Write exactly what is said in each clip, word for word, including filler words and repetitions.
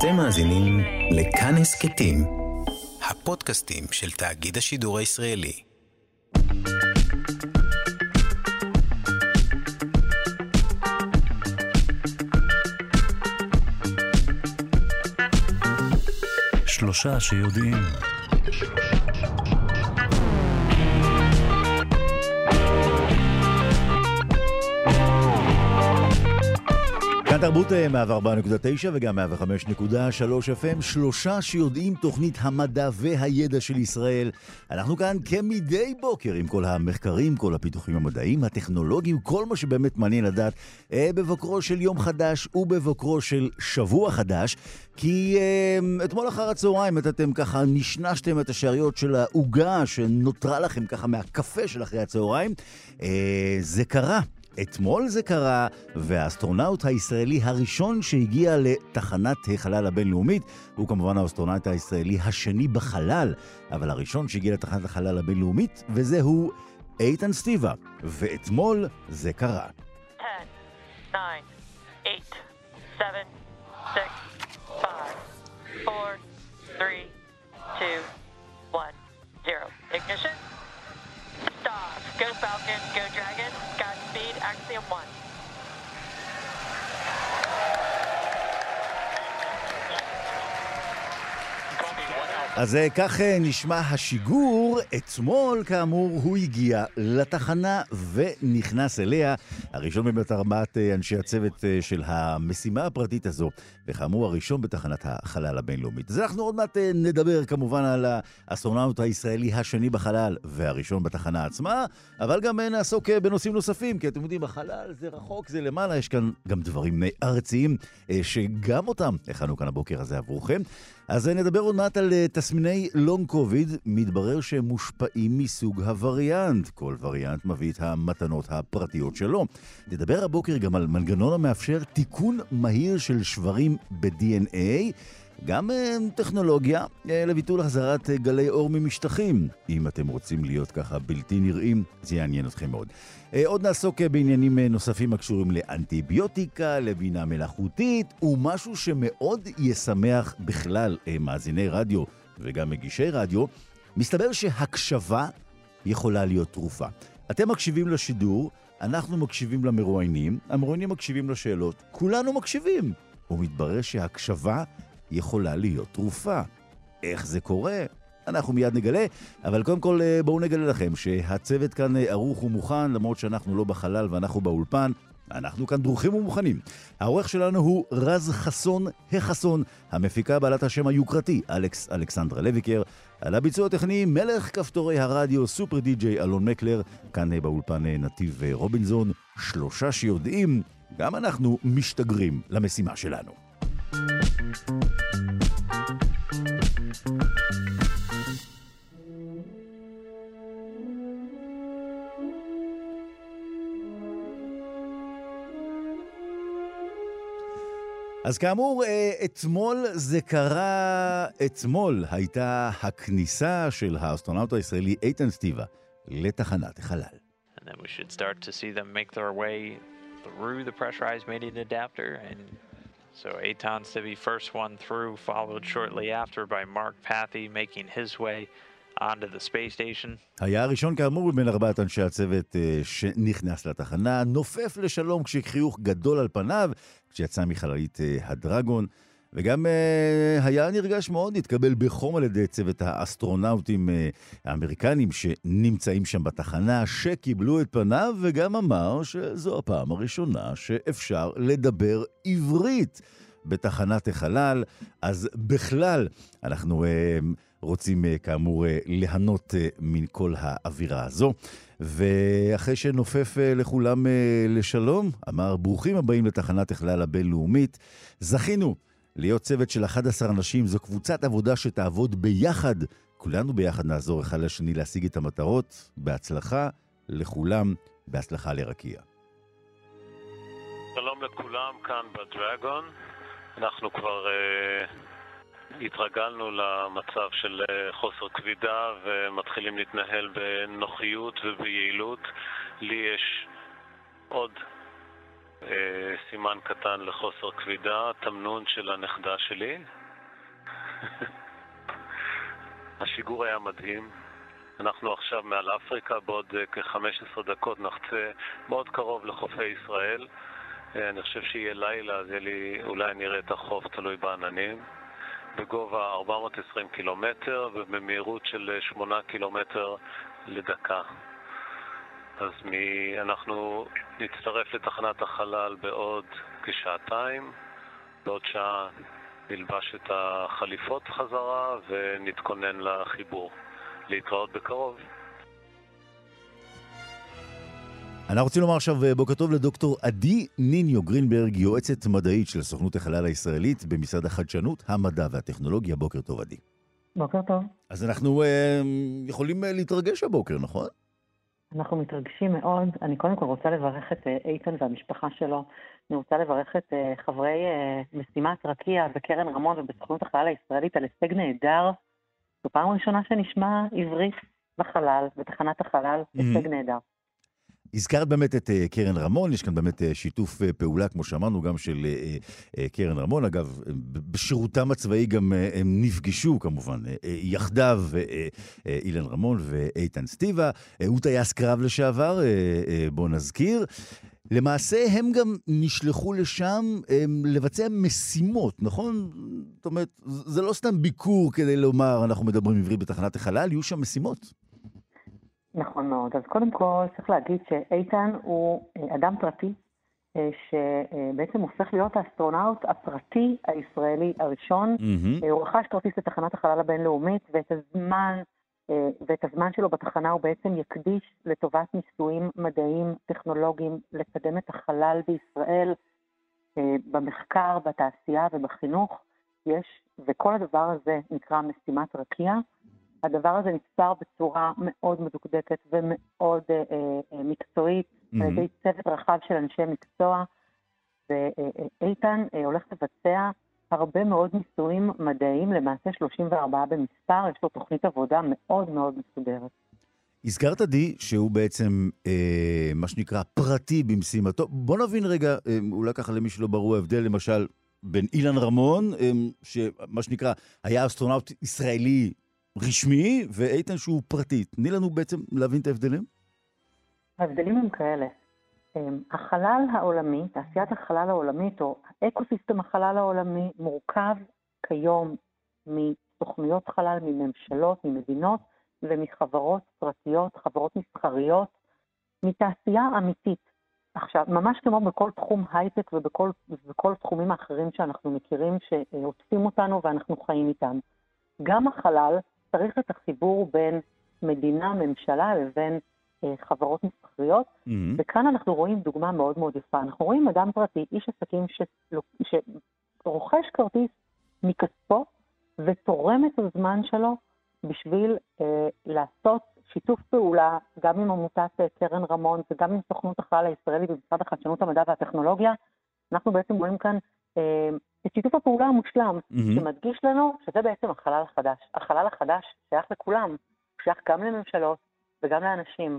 אתם מאזינים לכאן הסכתים, הפודקאסטים של תאגיד השידור הישראלי. שלושה שיודעים. כאן תרבות מאה וארבע נקודה תשע וגם מאה וחמש נקודה שלוש אף אם, שלושה שיודעים, תוכנית המדע והידע של ישראל. אנחנו כאן כמדי בוקר עם כל המחקרים, כל הפיתוחים המדעיים, הטכנולוגיים, כל מה שבאמת מעניין לדעת בבוקרו של יום חדש ובבוקרו של שבוע חדש. כי אתמול אחר הצהריים אתם ככה נשנשתם את השאריות של העוגה שנותרה לכם ככה מהקפה של אחרי הצהריים. זה קרה. אתמול זה קרה, והאסטרונאוט הישראלי הראשון שהגיע לתחנת החלל הבינלאומית, הוא כמובן האסטרונאוט הישראלי השני בחלל, אבל הראשון שהגיע לתחנת החלל הבינלאומית, וזהו איתן סטיבה, ואתמול זה קרה. ten, nine, eight, seven, six, five, four, three, two, one, zero. Ignition. Stop. Go Falcon, go Dragon. Godspeed, Axiom one. אז כך נשמע השיגור. אתמול כאמור הוא הגיע לתחנה ונכנס אליה, הראשון באמת ארבעת אנשי הצוות של המשימה הפרטית הזו, וכאמור הראשון בתחנת החלל הבינלאומית. אז אנחנו עוד מעט נדבר כמובן על האסטרונאוט הישראלי השני בחלל והראשון בתחנה עצמה, אבל גם נעסוק בנושאים נוספים, כי אתם יודעים, החלל זה רחוק, זה למעלה, יש כאן גם דברים ארציים שגם אותם הכנו כאן הבוקר הזה עבורכם. אז נדבר עוד מעט על תסמיני לונג קוביד. מתברר שהם מושפעים מסוג הווריאנט. כל וריאנט מביא את המתנות הפרטיות שלו. נדבר הבוקר גם על מנגנון המאפשר תיקון מהיר של שברים ב-די אן איי, גם טכנולוגיה לביטול החזרת גלי אור ממשטחים. אם אתם רוצים להיות ככה בלתי נראים, זה יעניין אתכם מאוד. עוד נעסוק בעניינים נוספים הקשורים לאנטיביוטיקה, לבינה מלאכותית, ומשהו שמאוד ישמח בכלל מאזיני רדיו וגם מגישי רדיו. מסתבר שהקשבה יכולה להיות תרופה. אתם מקשיבים לשידור, אנחנו מקשיבים למרואיינים, המרואיינים מקשיבים לשאלות, כולנו מקשיבים. ומתברר שהקשבה יכולה להיות תרופה. איך זה קורה? אנחנו מיד נגלה, אבל קודם כל בואו נגלה לכם שהצוות כאן ערוך ומוכן, למרות שאנחנו לא בחלל ואנחנו באולפן, אנחנו כאן דרוכים ומוכנים. העורך שלנו הוא רז חסון החסון, המפיקה בעלת השם היוקרתי אלכס אלכסנדרה לויקר, על הביצוע הטכני מלך כפתורי הרדיו סופר די-ג'יי אלון מקלר, כאן באולפן נתיב רובינזון. שלושה שיודעים, גם אנחנו משתגרים למשימה שלנו. אז כאמור, אתמול זה קרה, אתמול הייתה הכניסה של האסטרונאוט הישראלי איתן סטיבה לתחנת החלל. And then we should start to see them make their way through the pressurized mating adapter, and so Eitan Stibbe first one through, followed shortly after by Mark Pathy making his way onto the space station. היה הראשון כאמור בין ארבעת אנשי הצוות שנכנס לתחנה, נופף לשלום כשחיוך גדול על פניו, כשיצא מחללית הדרגון, וגם היה נרגש מאוד, התקבל בחום על ידי צוות האסטרונאוטים האמריקנים שנמצאים שם בתחנה, שקיבלו את פניו, וגם אמר שזו הפעם הראשונה שאפשר לדבר עברית בתחנת החלל. אז בכלל אנחנו רוצים כאמור ליהנות מכל האווירה הזו. ואחרי שנופף לכולם לשלום, אמר ברוכים הבאים לתחנת החלל הבינלאומית. זכינו להיות צוות של אחד עשר אנשים, זו קבוצת עבודה שתעבוד ביחד. כולנו ביחד נעזור אחד לשני להשיג את המטרות. בהצלחה לכולם, בהצלחה לרקיע. שלום לכולם, כאן בדרגון. אנחנו כבר uh, התרגלנו למצב של uh, חוסר כבידה ומתחילים להתנהל בנוחיות וביעילות. לי יש עוד סימן קטן לחוסר כבידה, תמנון של הנכדה שלי. השיגור היה מדהים. אנחנו עכשיו מעל אפריקה, בעוד כ-חמש עשרה דקות נחצה מאוד קרוב לחופי ישראל. אני חושב שיהיה לילה, אז לי, אולי נראה את החוף, תלוי בעננים. בגובה ארבע מאות ועשרים קילומטר ובמהירות של שמונה קילומטר לדקה. אז מ... אנחנו נצטרף לתחנת החלל בעוד כשעתיים, בעוד שעה נלבש את החליפות חזרה ונתכונן לחיבור. להתראות בקרוב. אנחנו רוצים לומר עכשיו בוקר טוב לדוקטור עדי ניניו גרינברג, יועצת מדעית של סוכנות החלל הישראלית במשרד החדשנות, המדע והטכנולוגיה. בוקר טוב עדי. בוקר טוב. אז אנחנו אה, יכולים להתרגש הבוקר, נכון? אנחנו מתרגשים מאוד. אני קודם כל רוצה לברך את איתן והמשפחה שלו. אני רוצה לברך את חברי משימת רקיע בקרן רמון ובסוכנות החלל הישראלית על הישג נהדר. זו פעם ראשונה שנשמע עברית בחלל, בתחנת החלל, הישג נהדר. הזכרת באמת את קרן רמון, יש כאן באמת שיתוף פעולה, כמו שאמרנו, גם של קרן רמון. אגב, בשירותם הצבאי גם הם נפגשו, כמובן, יחדיו אילן רמון ואיתן סטיבה. הוא טייס קרב לשעבר, בוא נזכיר. למעשה הם גם נשלחו לשם לבצע משימות, נכון? זאת אומרת, זה לא סתם ביקור כדי לומר, אנחנו מדברים עברית בתחנת החלל, יהיו שם משימות. נכון מאוד. אז קודם כל צריך להגיד שאיתן הוא אדם פרטי, שבעצם הופך להיות האסטרונאוט הפרטי הישראלי הראשון. Mm-hmm. הוא רכש כרטיס לתחנת החלל הבינלאומית, ואת הזמן, ואת הזמן שלו בתחנה הוא בעצם יקדיש לטובת ניסויים מדעיים, טכנולוגיים, לקדם את החלל בישראל, במחקר, בתעשייה ובחינוך. יש, וכל הדבר הזה נקרא משימת רקיע. הדבר הזה נצבר בצורה מאוד מדוקדקת ומאוד אה, אה, מקצועית, mm-hmm. על ידי צוות רחב של אנשי מקצוע, ואיתן אה, הולך לבצע הרבה מאוד ניסויים מדעיים, למעשה שלושים וארבעה במספר, יש לו תוכנית עבודה מאוד מאוד מסודרת. הזכרת די שהוא בעצם אה, מה שנקרא פרטי במשימתו. בוא נבין רגע, אה, אולי ככה למי שלא ברור ההבדל, למשל בין אילן רמון, אה, שמה שנקרא היה אסטרונאוט ישראלי רשמי, ואיתן שהוא פרטי. תני לנו בעצם להבין את ההבדלים? ההבדלים הם כאלה. החלל העולמי, תעשיית החלל העולמית, או האקוסיסטם החלל העולמי, מורכב כיום מתוכניות חלל, מממשלות, ממדינות, ומחברות פרטיות, חברות מסחריות, מתעשייה אמיתית. עכשיו, ממש כמו בכל תחום הייטק ובכל ובכל תחומים האחרים שאנחנו מכירים, שעוטפים אותנו ואנחנו חיים איתם. גם החלל צריך את החיבור בין מדינה, ממשלה, לבין אה, חברות מסחריות, mm-hmm. וכאן אנחנו רואים דוגמה מאוד מאוד יפה. אנחנו רואים אדם פרטי, איש עסקים ש... שרוכש כרטיס מכספו, ותורם את הזמן שלו בשביל אה, לעשות שיתוף פעולה, גם עם עמותת קרן רמון, וגם עם סוכנות החלל הישראלי במשרד החדשנות, המדע והטכנולוגיה. אנחנו בעצם רואים כאן אה, את שיתוף הפעולה המושלם, mm-hmm. שמדגיש לנו שזה בעצם החלל החדש. החלל החדש שייך לכולם, שייך גם לממשלות וגם לאנשים.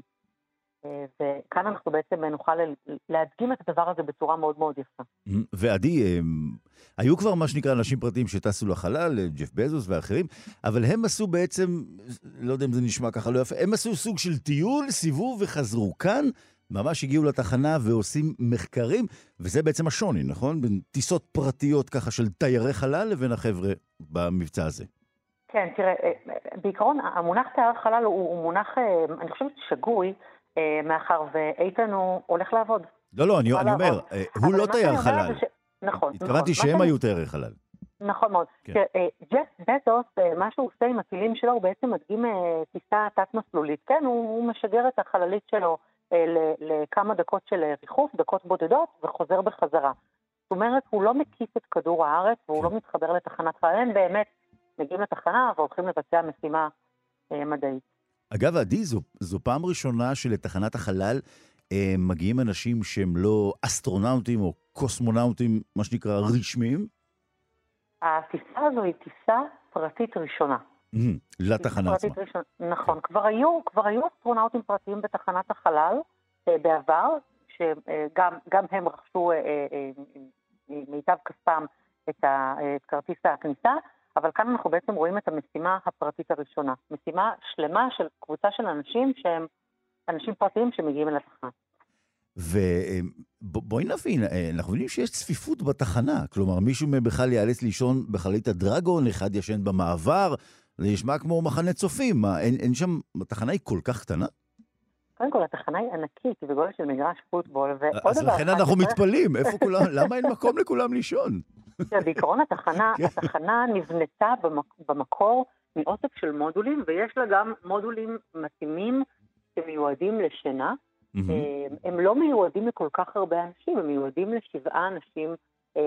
וכאן אנחנו בעצם נוכל להדגים את הדבר הזה בצורה מאוד מאוד יפה. ועדי, היו כבר מה שנקרא אנשים פרטיים שטסו לחלל, ג'ף בזוס ואחרים, אבל הם עשו בעצם, לא יודע אם זה נשמע ככה לא יפה, הם עשו סוג של טיול, סיבוב וחזרו כאן, ממש הגיעו לתחנה ועושים מחקרים, וזה בעצם השוני, נכון? בין טיסות פרטיות ככה של תיירי חלל לבין החבר'ה במבצע הזה. כן, תראה, בעיקרון המונח תייר חלל הוא, הוא מונח, אני חושבת, שגוי, מאחר ואיתן הוא הולך לעבוד. לא, לא, אני, אני אומר, הוא לא תייר חלל. ש... נכון. התכוונתי נכון. שהם היו תיירי חלל. נכון מאוד. כן. ג'ף בזוס, מה שהוא עושה עם הטילים שלו, הוא בעצם מדגים טיסה תת-מסלולית. כן, הוא, הוא משגר את החללית שלו לכמה דקות של ריחוף, דקות בודדות, וחוזר בחזרה. זאת אומרת, הוא לא מקיף את כדור הארץ, והוא לא מתחבר לתחנת חלל. הם באמת מגיעים לתחנה והולכים לבצע משימה מדעית. אגב, עדי, זו, זו פעם ראשונה שלתחנת החלל אה, מגיעים אנשים שהם לא אסטרונאוטים או קוסמונאוטים, מה שנקרא, רשמיים? הטיסה הזו היא טיסה פרטית ראשונה. Mm-hmm, לתחנה עצמה. ראשונה, נכון. כבר היו, כבר היו אסטרונאוטים פרטיים בתחנת החלל אה, בעבר, שגם הם רכשו מיטב כספם את כרטיס הכניסה, אבל כאן אנחנו בעצם רואים את המשימה הפרטית הראשונה. משימה שלמה של קבוצה של אנשים שהם אנשים פרטיים שמגיעים אל התחנה. ובואי נבין, אנחנו מבינים שיש צפיפות בתחנה, כלומר מישהו בכלל יאלץ לישון בחללית הדרגון, אחד ישן במעבר, זה נשמע כמו מחנה צופים, מה, אין, אין שם, התחנה היא כל כך קטנה? קודם כל, התחנה היא ענקית, היא בגודל של מגרש פוטבול, אז לכן אנחנו מתפלאים, איפה כולם, למה אין מקום לכולם לישון? בעיקרון התחנה, התחנה נבנתה במקור מאוסף של מודולים, ויש לה גם מודולים מתאימים שמיועדים לשינה. הם לא מיועדים לכל כך הרבה אנשים, הם מיועדים לשבעה אנשים,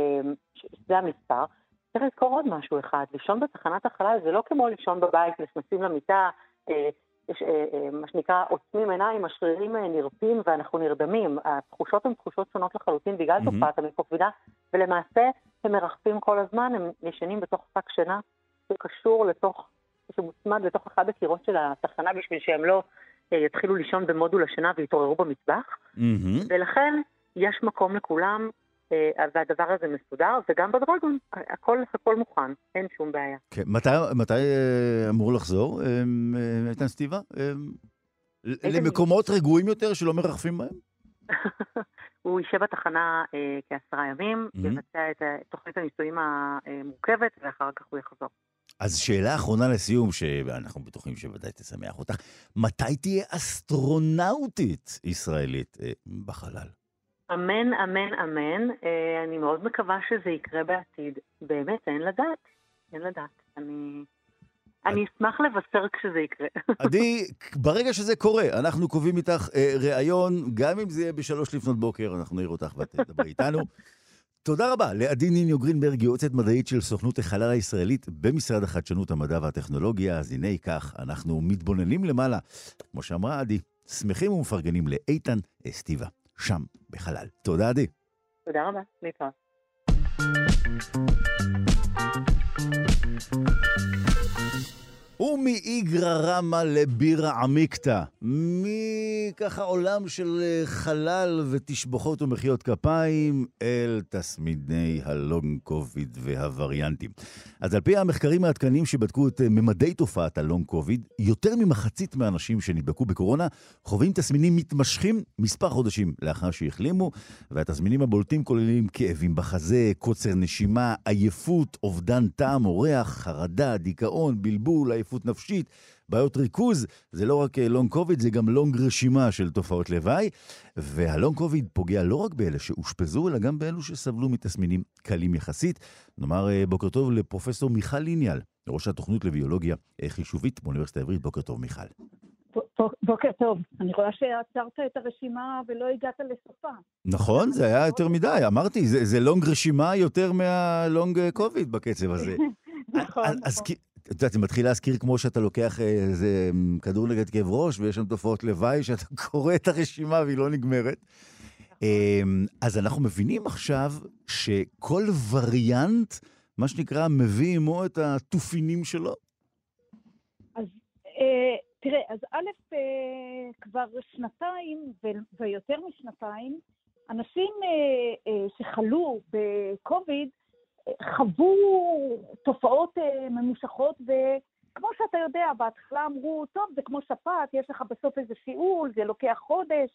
זה המספר. צריך לזכור עוד משהו אחד, לישון בתחנת החלל זה לא כמו לישון בבית, נכנסים למיטה, יש מה שנקרא עוצמים עיניים, השרירים נרפים ואנחנו נרדמים. התחושות הן תחושות שונות לחלוטין בגלל תופעת המיקרוכבידה, ולמעשה הם מרחפים כל הזמן, הם ישנים בתוך שק שינה שקשור לתוך, שמוצמד לתוך אחד הקירות של התחנה בשביל שהם לא יתחילו לישון במודול השינה ויתעוררו במטבח. ולכן יש מקום לכולם, והדבר הזה מסודר, וגם בדרגון, הכל, הכל מוכן, אין שום בעיה. כן, מתי, מתי אמור לחזור, איתן סטיבה? למקומות רגועים יותר שלא מרחפים בהם? הוא יישב בתחנה כעשרה ימים, יבצע את תוכנית הניסויים המורכבת, ואחר כך הוא יחזור. אז שאלה אחרונה לסיום, שאנחנו בטוחים שוודאי תשמח אותך, מתי תהיה אסטרונאוטית ישראלית בחלל? אמן, אמן, אמן. אני מאוד מקווה שזה יקרה בעתיד. באמת, אין לדעת. אין לדעת. אני... אני אשמח לבשר כשזה יקרה. עדי, ברגע שזה קורה, אנחנו קובעים איתך ראיון, גם אם זה יהיה בשלוש לפנות בוקר, אנחנו נראה אותך ואת תדברי איתנו. תודה רבה לעדי ניניו גרינברג, יועצת מדעית של סוכנות החלל הישראלית במשרד החדשנות, המדע והטכנולוגיה. אז הנה כך, אנחנו מתבוננים למעלה. כמו שאמרה עדי, שמחים ומפרגנים לאיתן סטיבה, שם בחלל. תודה עדי. תודה רבה, להתראות. ומאיגרא רמא לבירא עמיקתא, מככה עולם של חלל ותשבחות ומחיאות כפיים אל תסמיני הלונג קוביד והווריאנטים. אז על פי המחקרים העדכניים שבדקו את ממדי תופעת הלונג קוביד, יותר ממחצית מהאנשים שנדבקו בקורונה חווים תסמינים מתמשכים מספר חודשים לאחר שהחלימו, והתסמינים הבולטים כוללים כאבים בחזה, קוצר נשימה, עייפות, אובדן טעם או ריח, חרדה, דיכאון, בלבול, עייפות נפשית, בעיות ריכוז. זה לא רק לונג קוביד, זה גם לונג רשימה של תופעות לוואי, והלונג קוביד פוגע לא רק באלה שאושפזו, אלא גם באלו שסבלו מתסמינים קלים יחסית. נאמר בוקר טוב לפרופסור מיכל ליניאל, ראש התוכנית לביולוגיה חישובית באוניברסיטה העברית. בוקר טוב מיכל. בוקר טוב. אני רואה שעצרת את הרשימה ולא הגעת לסופה. נכון, זה היה יותר מדי. אמרתי, זה, זה לונג רשימה יותר מהלונג קוביד בקצב הזה. נכון, אז נכון. אתה יודע, זה מתחיל להזכיר כמו שאתה לוקח איזה כדור נגד כאב ראש, ויש שם תופעות לוואי, שאתה קורא את הרשימה והיא לא נגמרת. אז אנחנו מבינים עכשיו שכל וריאנט, מה שנקרא, מביא עמו את התופינים שלו? אז תראה, אז א', כבר שנתיים ויותר משנתיים, אנשים שחלו בקוביד, חוו תופעות ממושכות, וכמו שאתה יודע, בהתחלה אמרו, טוב, זה כמו שפעת, יש לך בסוף איזה שיעול, זה לוקח חודש,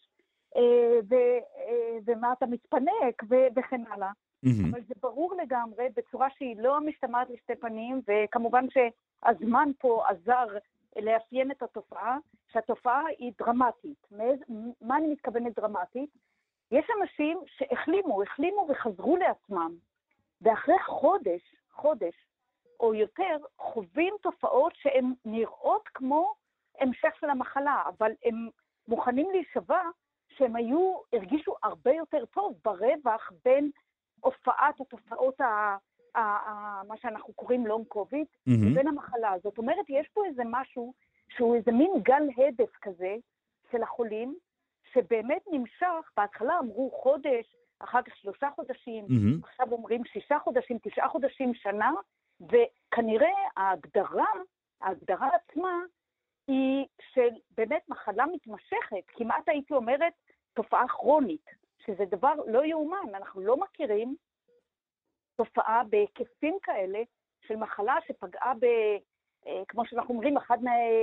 ומה אתה מתפנק, וכן הלאה. אבל זה ברור לגמרי, בצורה שהיא לא משתמעת לשתי פנים, וכמובן שהזמן פה עזר לאפיין את התופעה, שהתופעה היא דרמטית. מה אני מתכוונת דרמטית? יש אנשים שהחלימו, החלימו וחזרו לעצמם, ואחרי חודש, חודש או יותר, חווים תופעות שהן נראות כמו המשך של המחלה, אבל הם מוכנים להישבע שהם היו, הרגישו הרבה יותר טוב ברווח בין הופעת התופעות, ה, ה, ה, מה שאנחנו קוראים לונג קוביד, mm-hmm. ובין המחלה. זאת אומרת, יש פה איזה משהו שהוא איזה מין גל הדף כזה של החולים, שבאמת נמשך, בהתחלה אמרו חודש, אחר כך שלושה חודשים, mm-hmm. עכשיו אומרים שישה חודשים, תשעה חודשים, שנה, וכנראה ההגדרה, ההגדרה עצמה, היא של באמת מחלה מתמשכת, כמעט הייתי אומרת תופעה כרונית. שזה דבר לא יאומן. אנחנו לא מכירים תופעה בהיקפים כאלה של מחלה שפגעה ב, כמו שאנחנו אומרים, אחד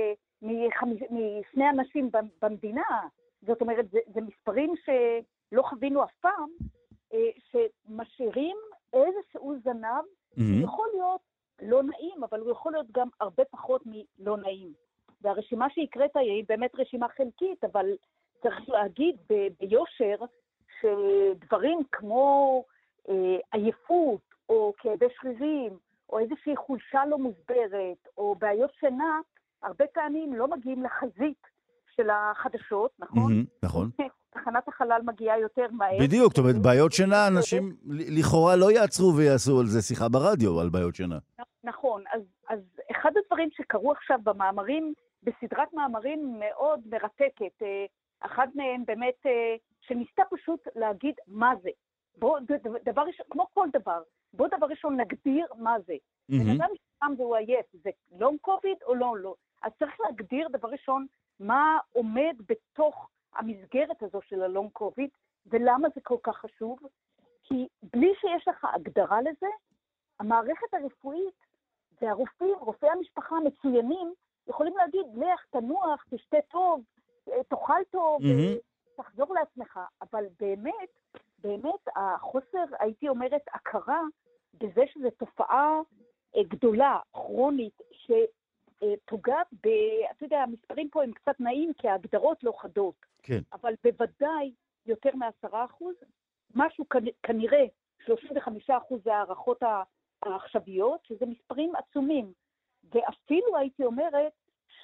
משני אנשים במדינה. זאת אומרת, זה, זה מספרים שלא חווינו אף פעם, שמשאירים איזשהו זנב, mm-hmm. יכול להיות לא נעים, אבל הוא יכול להיות גם הרבה פחות מלא נעים. והרשימה שהקראת היא באמת רשימה חלקית, אבל צריך להגיד ב- ביושר, שדברים כמו אה, עייפות, או כאבי שרירים, או איזושהי חולשה לא מוסברת, או בעיות שינה, הרבה פעמים לא מגיעים לחזית של החדשות, נכון? Mm-hmm, נכון. תחנת החלל מגיעה יותר מהר. בדיוק, זאת אומרת, בעיות שינה, אנשים לכאורה לא יעצרו ויעשו על זה שיחה ברדיו, על בעיות שינה. נכון, אז, אז אחד הדברים שקרו עכשיו במאמרים, בסדרת מאמרים מאוד מרתקת, אחד מהם באמת, שניסתה פשוט להגיד מה זה. בוא, דבר ראשון, כמו כל דבר, בוא דבר ראשון נגדיר מה זה. בן אדם שם והוא עייף, זה לונג קוביד או לא, לא. אז צריך להגדיר דבר ראשון מה עומד בתוך המסגרת הזו של הלונג קוביד, ולמה זה כל כך חשוב? כי בלי שיש לך הגדרה לזה, המערכת הרפואית והרופאים, רופאי המשפחה המצוינים, יכולים להגיד, לך, תנוח, תשתה טוב, תאכל טוב, mm-hmm. תחזור לעצמך. אבל באמת, באמת החוסר, הייתי אומרת, הכרה בזה שזו תופעה גדולה, כרונית, שפוגעת ב... אתה יודע, המספרים פה הם קצת נעים, כי ההגדרות לא חדות. כן. אבל בוודאי יותר מעשרה אחוז, משהו כנראה שלושים וחמישה אחוז זה הערכות העכשוויות, שזה מספרים עצומים. ואפילו הייתי אומרת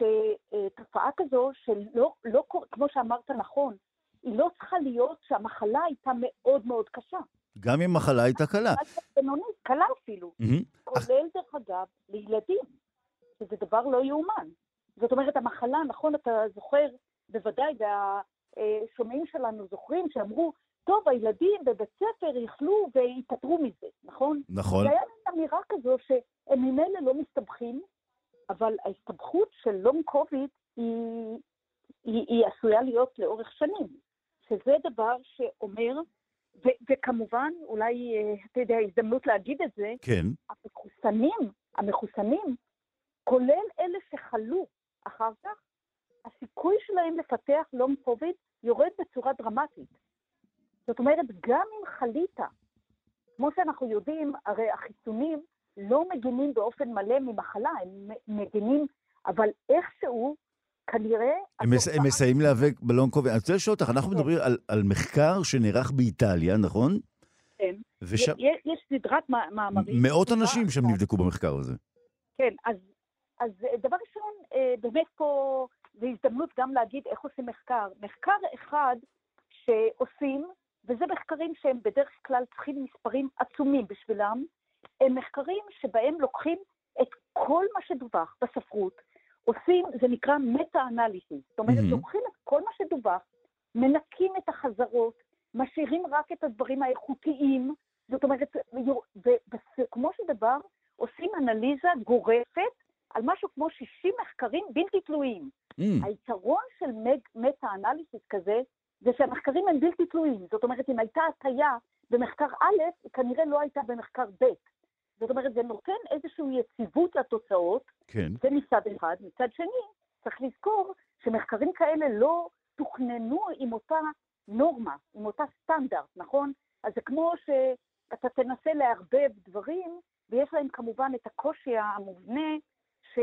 שתופעה כזו שלא, לא, כמו שאמרת נכון, היא לא צריכה להיות שהמחלה הייתה מאוד מאוד קשה. גם אם מחלה הייתה קלה. בינונית, קלה אפילו. Mm-hmm. כולל דרך אגב לילדים, שזה דבר לא יאומן. זאת אומרת, המחלה, נכון, אתה זוכר, בוודאי, והשומעים שלנו זוכרים שאמרו, טוב, הילדים בבית ספר יחלו ויפטרו מזה, נכון? נכון. והיה להם אמירה כזו שהם ממילא לא מסתבכים, אבל ההסתבכות של לונג קוביד היא, היא, היא עשויה להיות לאורך שנים, שזה דבר שאומר, ו, וכמובן, אולי, אתה יודע, הזדמנות להגיד את זה, כן. המחוסנים, המחוסנים, כולל אלה שחלו אחר כך, הסיכוי שלהם לפתח לונג קוביד יורד בצורה דרמטית. זאת אומרת, גם אם חלית, כמו שאנחנו יודעים, הרי החיסונים לא מגינים באופן מלא ממחלה, הם מגינים, אבל איכשהו, כנראה... הם, מס, הם מסייעים להיאבק בלונג קוביד. אני רוצה לשאול אותך, אנחנו כן. מדברים על, על מחקר שנערך באיטליה, נכון? כן. וש... יש, יש סדרת מאמרים. מאות אנשים שם נבדקו במחקר הזה. כן, אז, אז דבר ראשון, באמת פה זו הזדמנות גם להגיד איך עושים מחקר. מחקר אחד שעושים, וזה מחקרים שהם בדרך כלל צריכים מספרים עצומים בשבילם, הם מחקרים שבהם לוקחים את כל מה שדווח בספרות, עושים, זה נקרא מטה-אנליסיס, זאת אומרת, mm-hmm. לוקחים את כל מה שדווח, מנקים את החזרות, משאירים רק את הדברים האיכותיים, זאת אומרת, וכמו שדבר, עושים אנליזה גורפת על משהו כמו שישים מחקרים בלתי תלויים. Mm-hmm. היתרון של מטה-אנליסיס כזה, זה שהמחקרים הם בלתי תלויים, זאת אומרת, אם הייתה הטיה במחקר א', היא כנראה לא הייתה במחקר ב'. זאת אומרת, זה נותן איזושהי יציבות לתוצאות, כן. זה מצד אחד. מצד שני, צריך לזכור שמחקרים כאלה לא תוכננו עם אותה נורמה, עם אותה סטנדרט, נכון? אז זה כמו שאתה תנסה לערבב דברים, ויש להם כמובן את הקושי המובנה, ש...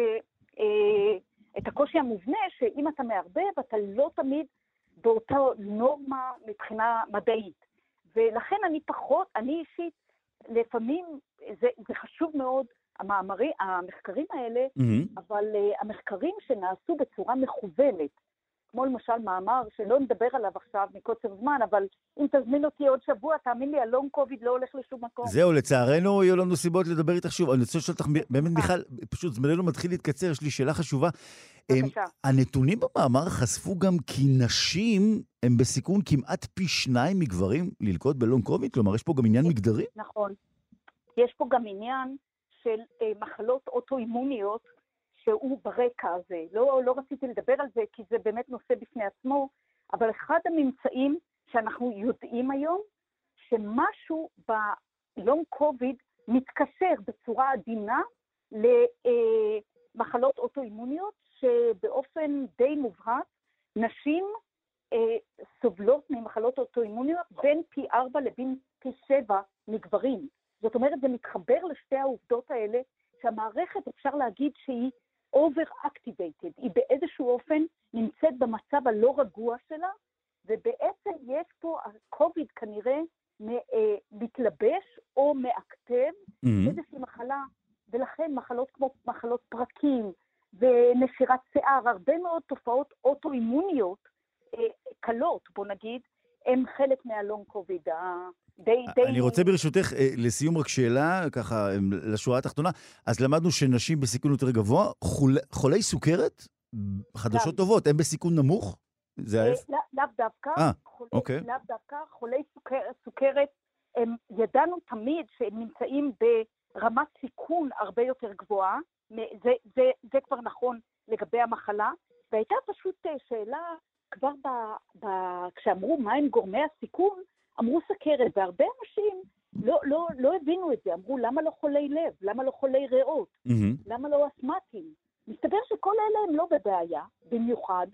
את הקושי המובנה שאם אתה מערבב, אתה לא תמיד באותה נורמה מבחינה מדעית. ולכן אני פחות, אני אישית, לפעמים זה, זה חשוב מאוד, המאמרי, המחקרים האלה, mm-hmm. אבל uh, המחקרים שנעשו בצורה מכוונת, כמו למשל מאמר שלא נדבר עליו עכשיו מקוצר זמן, אבל אם תזמין אותי עוד שבוע, תאמין לי, הלונג קוביד לא הולך לשום מקום. זהו, לצערנו יהיו לנו סיבות לדבר איתך שוב. אני רוצה לשאול אותך, באמת מיכל, פשוט זמננו מתחיל להתקצר, יש לי שאלה חשובה. בבקשה. הנתונים במאמר חשפו גם כי נשים הם בסיכון כמעט פי שניים מגברים ללקות בלונג קוביד, כלומר יש פה גם עניין מגדרי? נכון. יש פה גם עניין של אה, מחלות אוטואימוניות, שהוא ברקע הזה. לא, לא רציתי לדבר על זה, כי זה באמת נושא בפני עצמו, אבל אחד הממצאים שאנחנו יודעים היום שמשהו בלונג קוביד מתקשר בצורה עדינה למחלות אוטואימוניות, שבאופן די מובהק נשים אה, סובלות ממחלות אוטואימוניות בין פי ארבע לבין פי שבע מגברים. זאת אומרת, זה מתחבר לשתי העובדות האלה, שהמערכת אפשר להגיד שהיא over-activated, היא באיזשהו אופן נמצאת במצב הלא רגוע שלה, ובעצם יש פה, הקוביד כנראה מתלבש או מאקטב mm-hmm. איזושהי מחלה, ולכן מחלות כמו מחלות פרקים ונשירת שיער, הרבה מאוד תופעות אוטואימוניות אה, קלות, בוא נגיד, הם חלק מהלונג קוביד. די, די... אני רוצה ברשותך, לסיום רק שאלה, ככה, לשורה התחתונה. אז למדנו שנשים בסיכון יותר גבוה, חול... חולי סוכרת, חדשות גם. טובות, הם בסיכון נמוך? זה ההפך? לאו דווקא. אה, אוקיי. לאו דווקא, חולי סוכרת, סוכרת, הם ידענו תמיד שהם נמצאים ברמת סיכון הרבה יותר גבוהה, זה, זה, זה כבר נכון לגבי המחלה, והייתה פשוט שאלה, כבר ב, ב, כשאמרו מה הם גורמי הסיכון, אמרו סוכרת, והרבה אנשים לא, לא, לא הבינו את זה, אמרו למה לא חולי לב, למה לא חולי ריאות, mm-hmm. למה לא אסמטים. מסתבר שכל אלה הם לא בבעיה, במיוחד,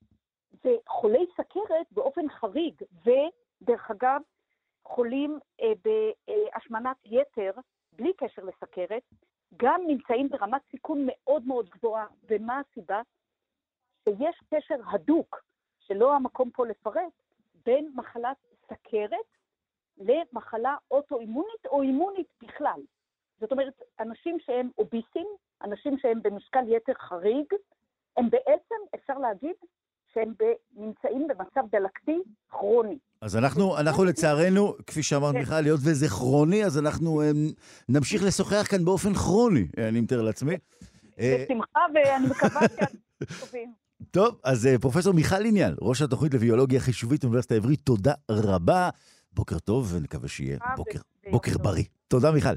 וחולי סוכרת באופן חריג, ודרך אגב, חולים אה, בהשמנת יתר, בלי קשר לסוכרת, גם נמצאים ברמת סיכון מאוד מאוד גבוהה. ומה הסיבה? שיש קשר הדוק, שלא המקום פה לפרט, בין מחלת סוכרת למחלה אוטואימונית או אימונית בכלל. זאת אומרת, אנשים שהם אוביסים, אנשים שהם במשקל יתר חריג, הם בעצם, אפשר להגיד, שהם נמצאים במצב דלקתי כרוני. אז אנחנו, אנחנו לצערנו, כפי שאמרת מיכל, להיות וזה כרוני, אז אנחנו נמשיך לשוחח כאן באופן כרוני, אני מתאר לעצמי. בשמחה, ואני מקווה שאתם טובים. טוב, אז פרופסור מיכל עניין, ראש התוכנית לביולוגיה חישובית באוניברסיטה העברית, תודה רבה. בוקר טוב, ונקווה שיהיה בוקר, בוקר בריא. תודה מיכל.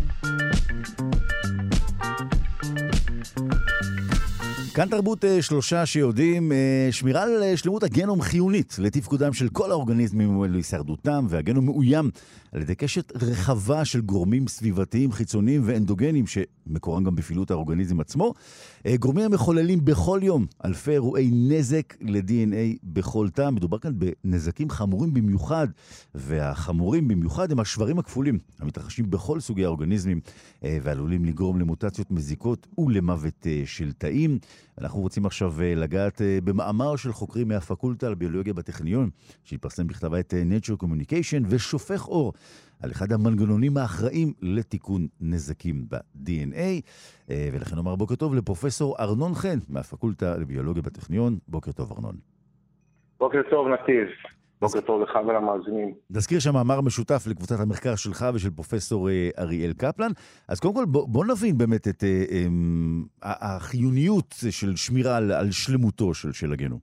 כאן תרבות שלושה שיודעים, שמירה על שלמות הגנום חיונית לתפקודם של כל האורגניזמים ולהישרדותם, והגנום מאוים על ידי קשת רחבה של גורמים סביבתיים, חיצוניים ואנדוגנים שמקורם גם בפעילות האורגניזם עצמו. גורמים המחוללים בכל יום אלפי אירועי נזק ל-די אן איי בכל תא. מדובר כאן בנזקים חמורים במיוחד, והחמורים במיוחד הם השברים הכפולים המתרחשים בכל סוגי האורגניזמים ועלולים לגרום למוטציות מזיקות ולמוות של תאים. אנחנו רוצים עכשיו לגעת במאמר של חוקרים מהפקולטה לביולוגיה בטכניון, שהתפרסם בכתב העת Nature Communication, ושופך אור על אחד המנגנונים האחראים לתיקון נזקים ב-די אן איי. ולכן אומר בוקר טוב לפרופסור ארנון חן מהפקולטה לביולוגיה בטכניון. בוקר טוב ארנון. בוקר טוב נתיב. בוקר טוב לך ולמאזינים. נזכיר שהמאמר משותף לקבוצת המחקר שלך ושל פרופסור אריאל קפלן. אז קודם כל בוא, בוא נבין באמת את אה, אה, החיוניות של שמירה על, על שלמותו של, של הגנום.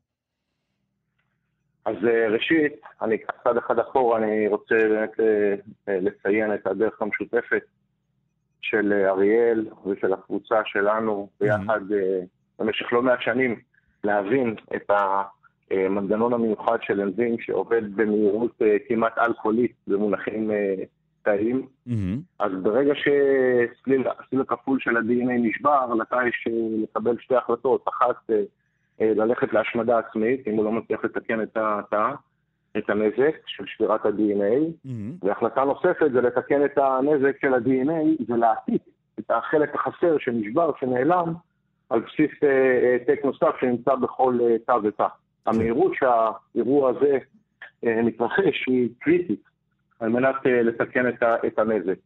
אז אה, ראשית, אני קצת אחד אחורה, אני רוצה באמת אה, לציין את הדרך המשותפת של אריאל ושל הקבוצה שלנו ביחד mm-hmm. אה, במשך לא מעט שנים להבין את ה... מנגנון המיוחד של אנזים שעובד במהירות כמעט אלכוהולית במונחים תאיים. Mm-hmm. אז ברגע שסליל הכפול של ה-די אן איי נשבר, לך יש לקבל שתי החלטות. אחת, ללכת להשמדה עצמית, אם הוא לא מצליח לתקן את התא, את הנזק של שבירת ה-די אן איי. Mm-hmm. והחלטה נוספת זה לתקן את הנזק של ה-די אן איי, זה להעתיק את החלק החסר שנשבר, שנעלם, על בסיס טק נוסף שנמצא בכל תא ותא. המהירות שהאירוע הזה מתרחש היא קריטית על מנת לתקן את הנזק.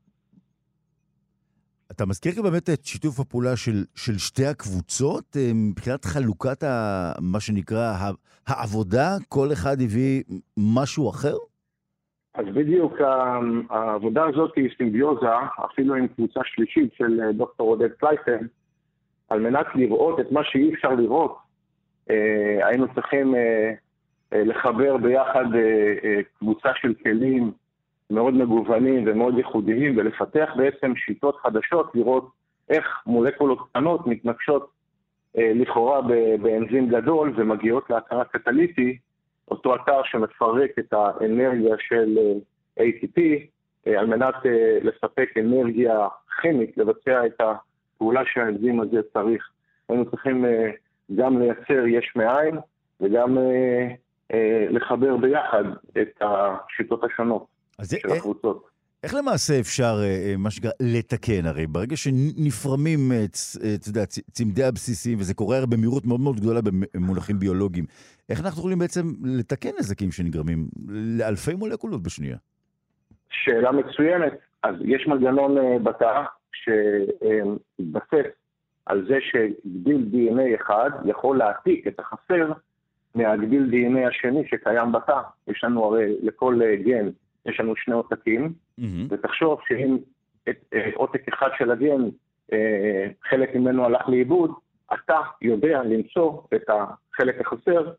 אתה מזכיר כאן באמת את שיתוף הפעולה של, של שתי הקבוצות, מבחינת חלוקת ה, מה שנקרא העבודה, כל אחד הביא משהו אחר? אז בדיוק, העבודה הזאת היא סימביוזה, אפילו עם קבוצה שלישית של דוקטור עודד פלייטן, על מנת לראות את מה שאי אפשר לראות, Uh, היינו צריכים uh, uh, לחבר ביחד uh, uh, קבוצה של כלים מאוד מגוונים ומאוד ייחודיים, ולפתח בעצם שיטות חדשות, לראות איך מולקולות קטנות מתנגשות uh, לכאורה באנזים גדול ומגיעות להכרה קטליטי, אותו אתר שמפרק את האנרגיה של A T P, על מנת לספק אנרגיה כימית, לבצע את הפעולה שהאנזים הזה צריך. היינו צריכים גם לייצר יש מאין, וגם לחבר ביחד את השיטות השונות של הקבוצות. איך למעשה אפשר, מה שנקרא, לתקן? הרי ברגע שנפרמים צמדי הבסיסים, וזה קורה במהירות מאוד מאוד גדולה במונחים ביולוגיים, איך אנחנו יכולים בעצם לתקן נזקים שנגרמים לאלפי מולקולות בשנייה? שאלה מצוינת. אז יש מנגנון בתא שהתבסס על זה שגדיל די אן איי אחד יכול להעתיק את החסר מהגדיל די אן איי השני שקיים בתא. יש לנו הרי לכל גן, יש לנו שני עותקים, mm-hmm. ותחשוב שאם את, עותק אחד של הגן, חלק ממנו הלך לאיבוד, אתה יודע למצוא את החלק החסר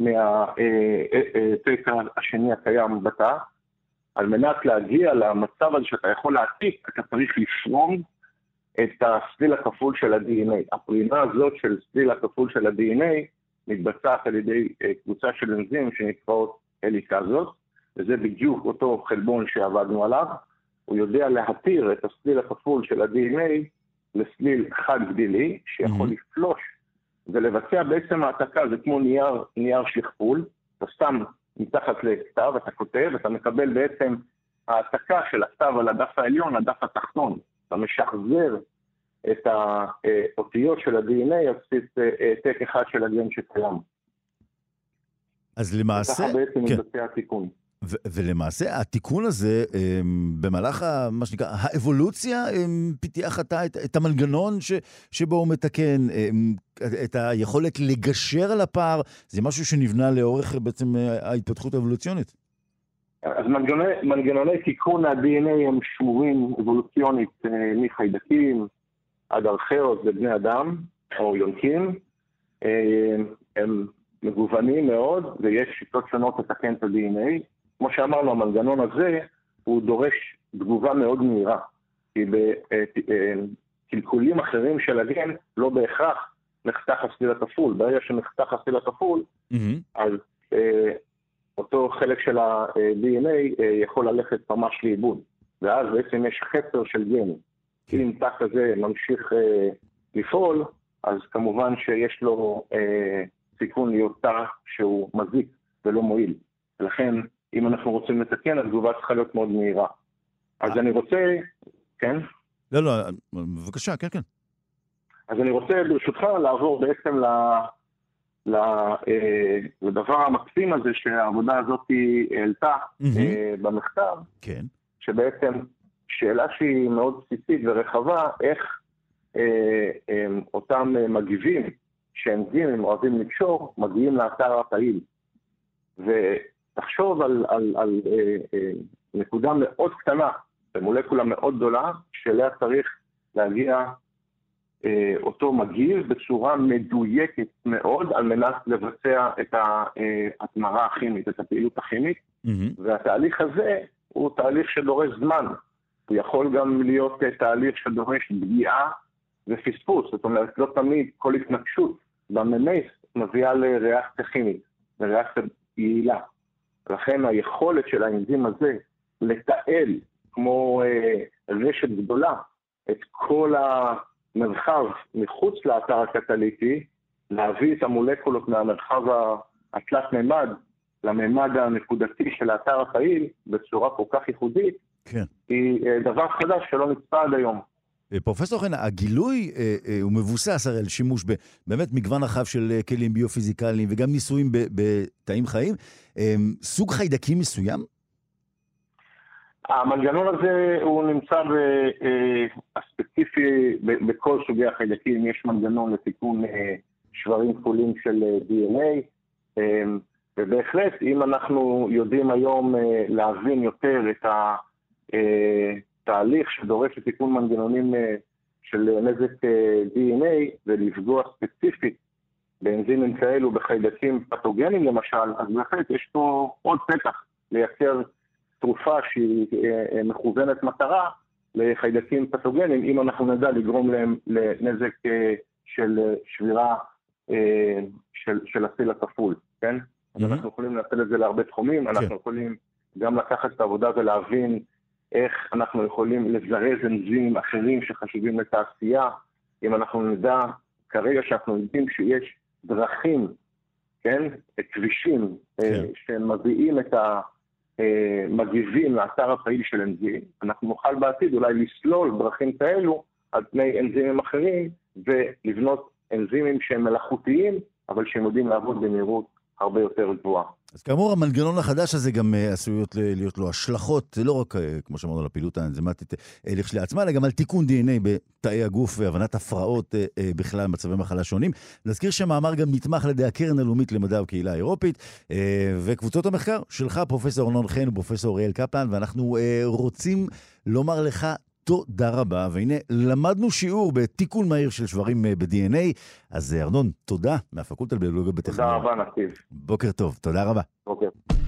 מהעותק השני הקיים בתא. על מנת להגיע למצב הזה שאתה יכול להעתיק, אתה צריך לפרום את הסליל הכפול של ה-די אן איי. הפרימה הזאת של סליל הכפול של ה-די אן איי מתבצעת על ידי קבוצה של אנזים שנקראות הליקזות, וזה בדיוק אותו חלבון שעבדנו עליו. הוא יודע להתיר את הסליל הכפול של ה-די אן איי לסליל חד גדילי, שיכול mm-hmm. לפלוש ולבצע בעצם העתקה. זה כמו נייר, נייר שכפול, אתה שם מתחת לכתב, אתה כותב, אתה מקבל בעצם העתקה של הכתב על הדף העליון, הדף התחתון. אתה משחזר את האותיות של ה-די אן איי, אז העתק אחד של הגן שקיים. אז למעשה... וככה בעצם כן. מבצע התיקון. ו- ולמעשה התיקון הזה, במהלך ה- מה שנקרא, האבולוציה, פיתח אתה את, את המנגנון ש- שבו הוא מתקן, את היכולת לגשר על הפער, זה משהו שנבנה לאורך בעצם ההתפתחות האבולוציונית. אז מנגנוני, מנגנוני תיקון ה-די אן איי הם שמורים אבולוציונית מחיידקים עד ארכאות ובני אדם או יונקים. הם מגוונים מאוד ויש שיטות שונות לתקן את ה-די אן איי. כמו שאמרנו, המנגנון הזה הוא דורש תגובה מאוד מהירה. כי בקלקולים אחרים של הגן לא בהכרח נחתך הסליל הכפול. ברגע שנחתך הסליל הכפול, mm-hmm. אז אותו חלק של ה-די אן איי יכול ללכת ממש לאיבוד. ואז בעצם יש חסר של גן. Okay. אם תא כזה ממשיך לפעול, אז כמובן שיש לו סיכון להיות תא שהוא מזיק ולא מועיל. ולכן, אם אנחנו רוצים לתקן, התגובה צריכה להיות מאוד מהירה. אז אני רוצה... כן? לא, לא, בבקשה, כן, כן. אז אני רוצה ברשותך לעבור בעצם ל... לדבר המקסים הזה שהעבודה הזאת העלתה במכתב, כן. שבעצם שאלה שהיא מאוד בסיסית ורחבה, איך אותם מגיבים שאנזימים אוהבים לקשור, מגיעים לאתר הפעיל. ותחשוב על, על, על נקודה מאוד קטנה, במולקולה מאוד גדולה, שאליה צריך להגיע אותו מגיב בצורה מדויקת מאוד על מנת לבצע את ההתמרה הכימית, את הפעילות הכימית, mm-hmm. והתהליך הזה הוא תהליך שדורש זמן. הוא יכול גם להיות תהליך שדורש פגיעה ופספוס, זאת אומרת לא תמיד כל התנגשות בממס מביאה לריאקציה כימית, לריאקציה יעילה. לכן היכולת של האנזים הזה לתעל כמו רשת גדולה את כל ה... מרחב מחוץ לאתר הקטליטי, להביא את המולקולות מהמרחב התלת ממד לממד הנקודתי של האתר הפעיל בצורה כל כך ייחודית, כן. היא דבר חדש שלא נצפה עד היום. פרופסור חן, הגילוי הוא מבוסס הרי על שימוש באמת מגוון רחב של כלים ביופיזיקליים וגם ניסויים בתאים חיים. סוג חיידקים מסוים? המנגנון הזה הוא נמצא הספציפי בכל סוגי החיידקים. יש מנגנון לתיקון שברים כפולים של די אן איי, ובהחלט אם אנחנו יודעים היום להבין יותר את התהליך שדורש לתיקון מנגנונים של נזק די אן איי ולפגוע ספציפית באנזימים כאלו בחיידקים פתוגנים למשל, אז בהחלט יש פה עוד פתח לייצר תרופה שהיא מכוונת מטרה לחיידקים פתוגנים, אם אנחנו נדע לגרום להם לנזק של שבירה של, של הסליל הכפול, כן? אז אנחנו יכולים לנצל את זה להרבה תחומים, אנחנו יכולים גם לקחת את העבודה ולהבין איך אנחנו יכולים לזרז אנזימים אחרים שחשובים לתעשייה, אם אנחנו נדע כרגע שאנחנו יודעים שיש דרכים, כן, כבישים, כן. שמביאים את המגיבים לאתר הפעיל של אנזים, אנחנו נוכל בעתיד אולי לסלול דרכים כאלו על פני אנזימים אחרים, ולבנות אנזימים שהם מלאכותיים, אבל שהם יודעים לעבוד במהירות הרבה יותר גבוהה. אז כאמור, המנגנון החדש הזה גם עשויות להיות לו השלכות, לא רק, כמו שאמרנו, על הפעילות האנזימטית לכשלעצמה, אלא גם על תיקון די אן איי בתאי הגוף והבנת הפרעות בכלל מצבי מחלה שונים. נזכיר שהמאמר גם נתמך על ידי הקרן הלאומית למדע וקהילה האירופית, וקבוצות המחקר שלך, פרופסור ארנון חן ופרופסור אריאל קפלן, ואנחנו רוצים לומר לך תודה רבה, והנה למדנו שיעור בתיקון מהיר של שברים ב-די אן איי, אז ארנון, תודה מהפקולטה לביולוגיה בטכניון. תודה רבה, נתיב. בוקר טוב, תודה רבה. בוקר.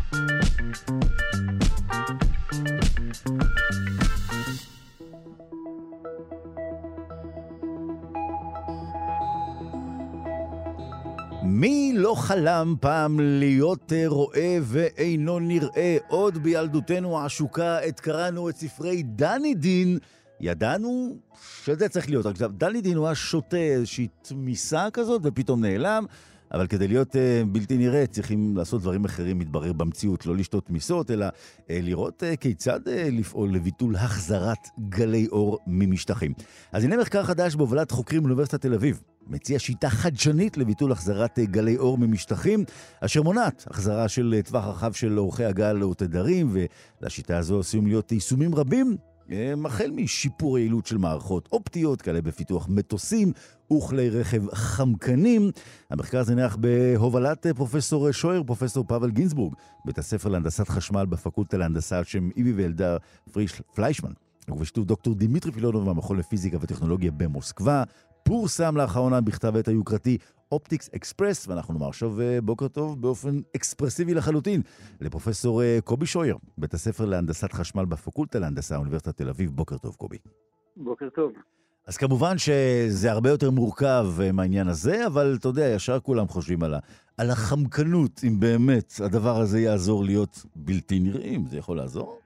מי לא חלם פעם להיות רואה ואינו נראה? עוד בילדותנו העשוקה עת קראנו את ספרי דני דין, ידענו שזה צריך להיות. עכשיו, דני דין הוא השוטה איזושהי תמיסה כזאת ופתאום נעלם, אבל כדי להיות uh, בלתי נראה צריכים לעשות דברים אחרים, מתברר במציאות, לא לשתות תמיסות, אלא uh, לראות uh, כיצד uh, לפעול לביטול החזרת גלי אור ממשטחים. אז הנה מחקר חדש בהובלת חוקרים באוניברסיטת תל אביב. מציע שיטה חדשנית לביטול החזרת גלי אור ממשטחים, אשר מונעת החזרה של טווח רחב של אורכי הגל או תדרים, ולשיטה הזו עשויים להיות יישומים רבים, החל משיפור היעילות של מערכות אופטיות, כאלה בפיתוח מטוסים וכלי רכב חמקנים. המחקר הזה נערך בהובלת פרופסור שויר, פרופסור פאבל גינסבורג, בית הספר להנדסת חשמל בפקולטה להנדסה על שם איבי וילדה פריש פליישמן, ובשיתוף דוקטור דימיטרי פילונוב מהמכון לפיזיקה וטכנולוגיה במוסקבה. פורסם לאחרונה בכתב העת היוקרתי אופטיקס אקספרס, ואנחנו נאמר עכשיו בוקר טוב באופן אקספרסיבי לחלוטין לפרופסור קובי שויר, בית הספר להנדסת חשמל בפקולטה להנדסה אוניברסיטת תל אביב. בוקר טוב, קובי. בוקר טוב. אז כמובן שזה הרבה יותר מורכב מהעניין הזה, אבל אתה יודע, ישר כולם חושבים על, ה, על החמקנות, אם באמת הדבר הזה יעזור להיות בלתי נראים. זה יכול לעזור?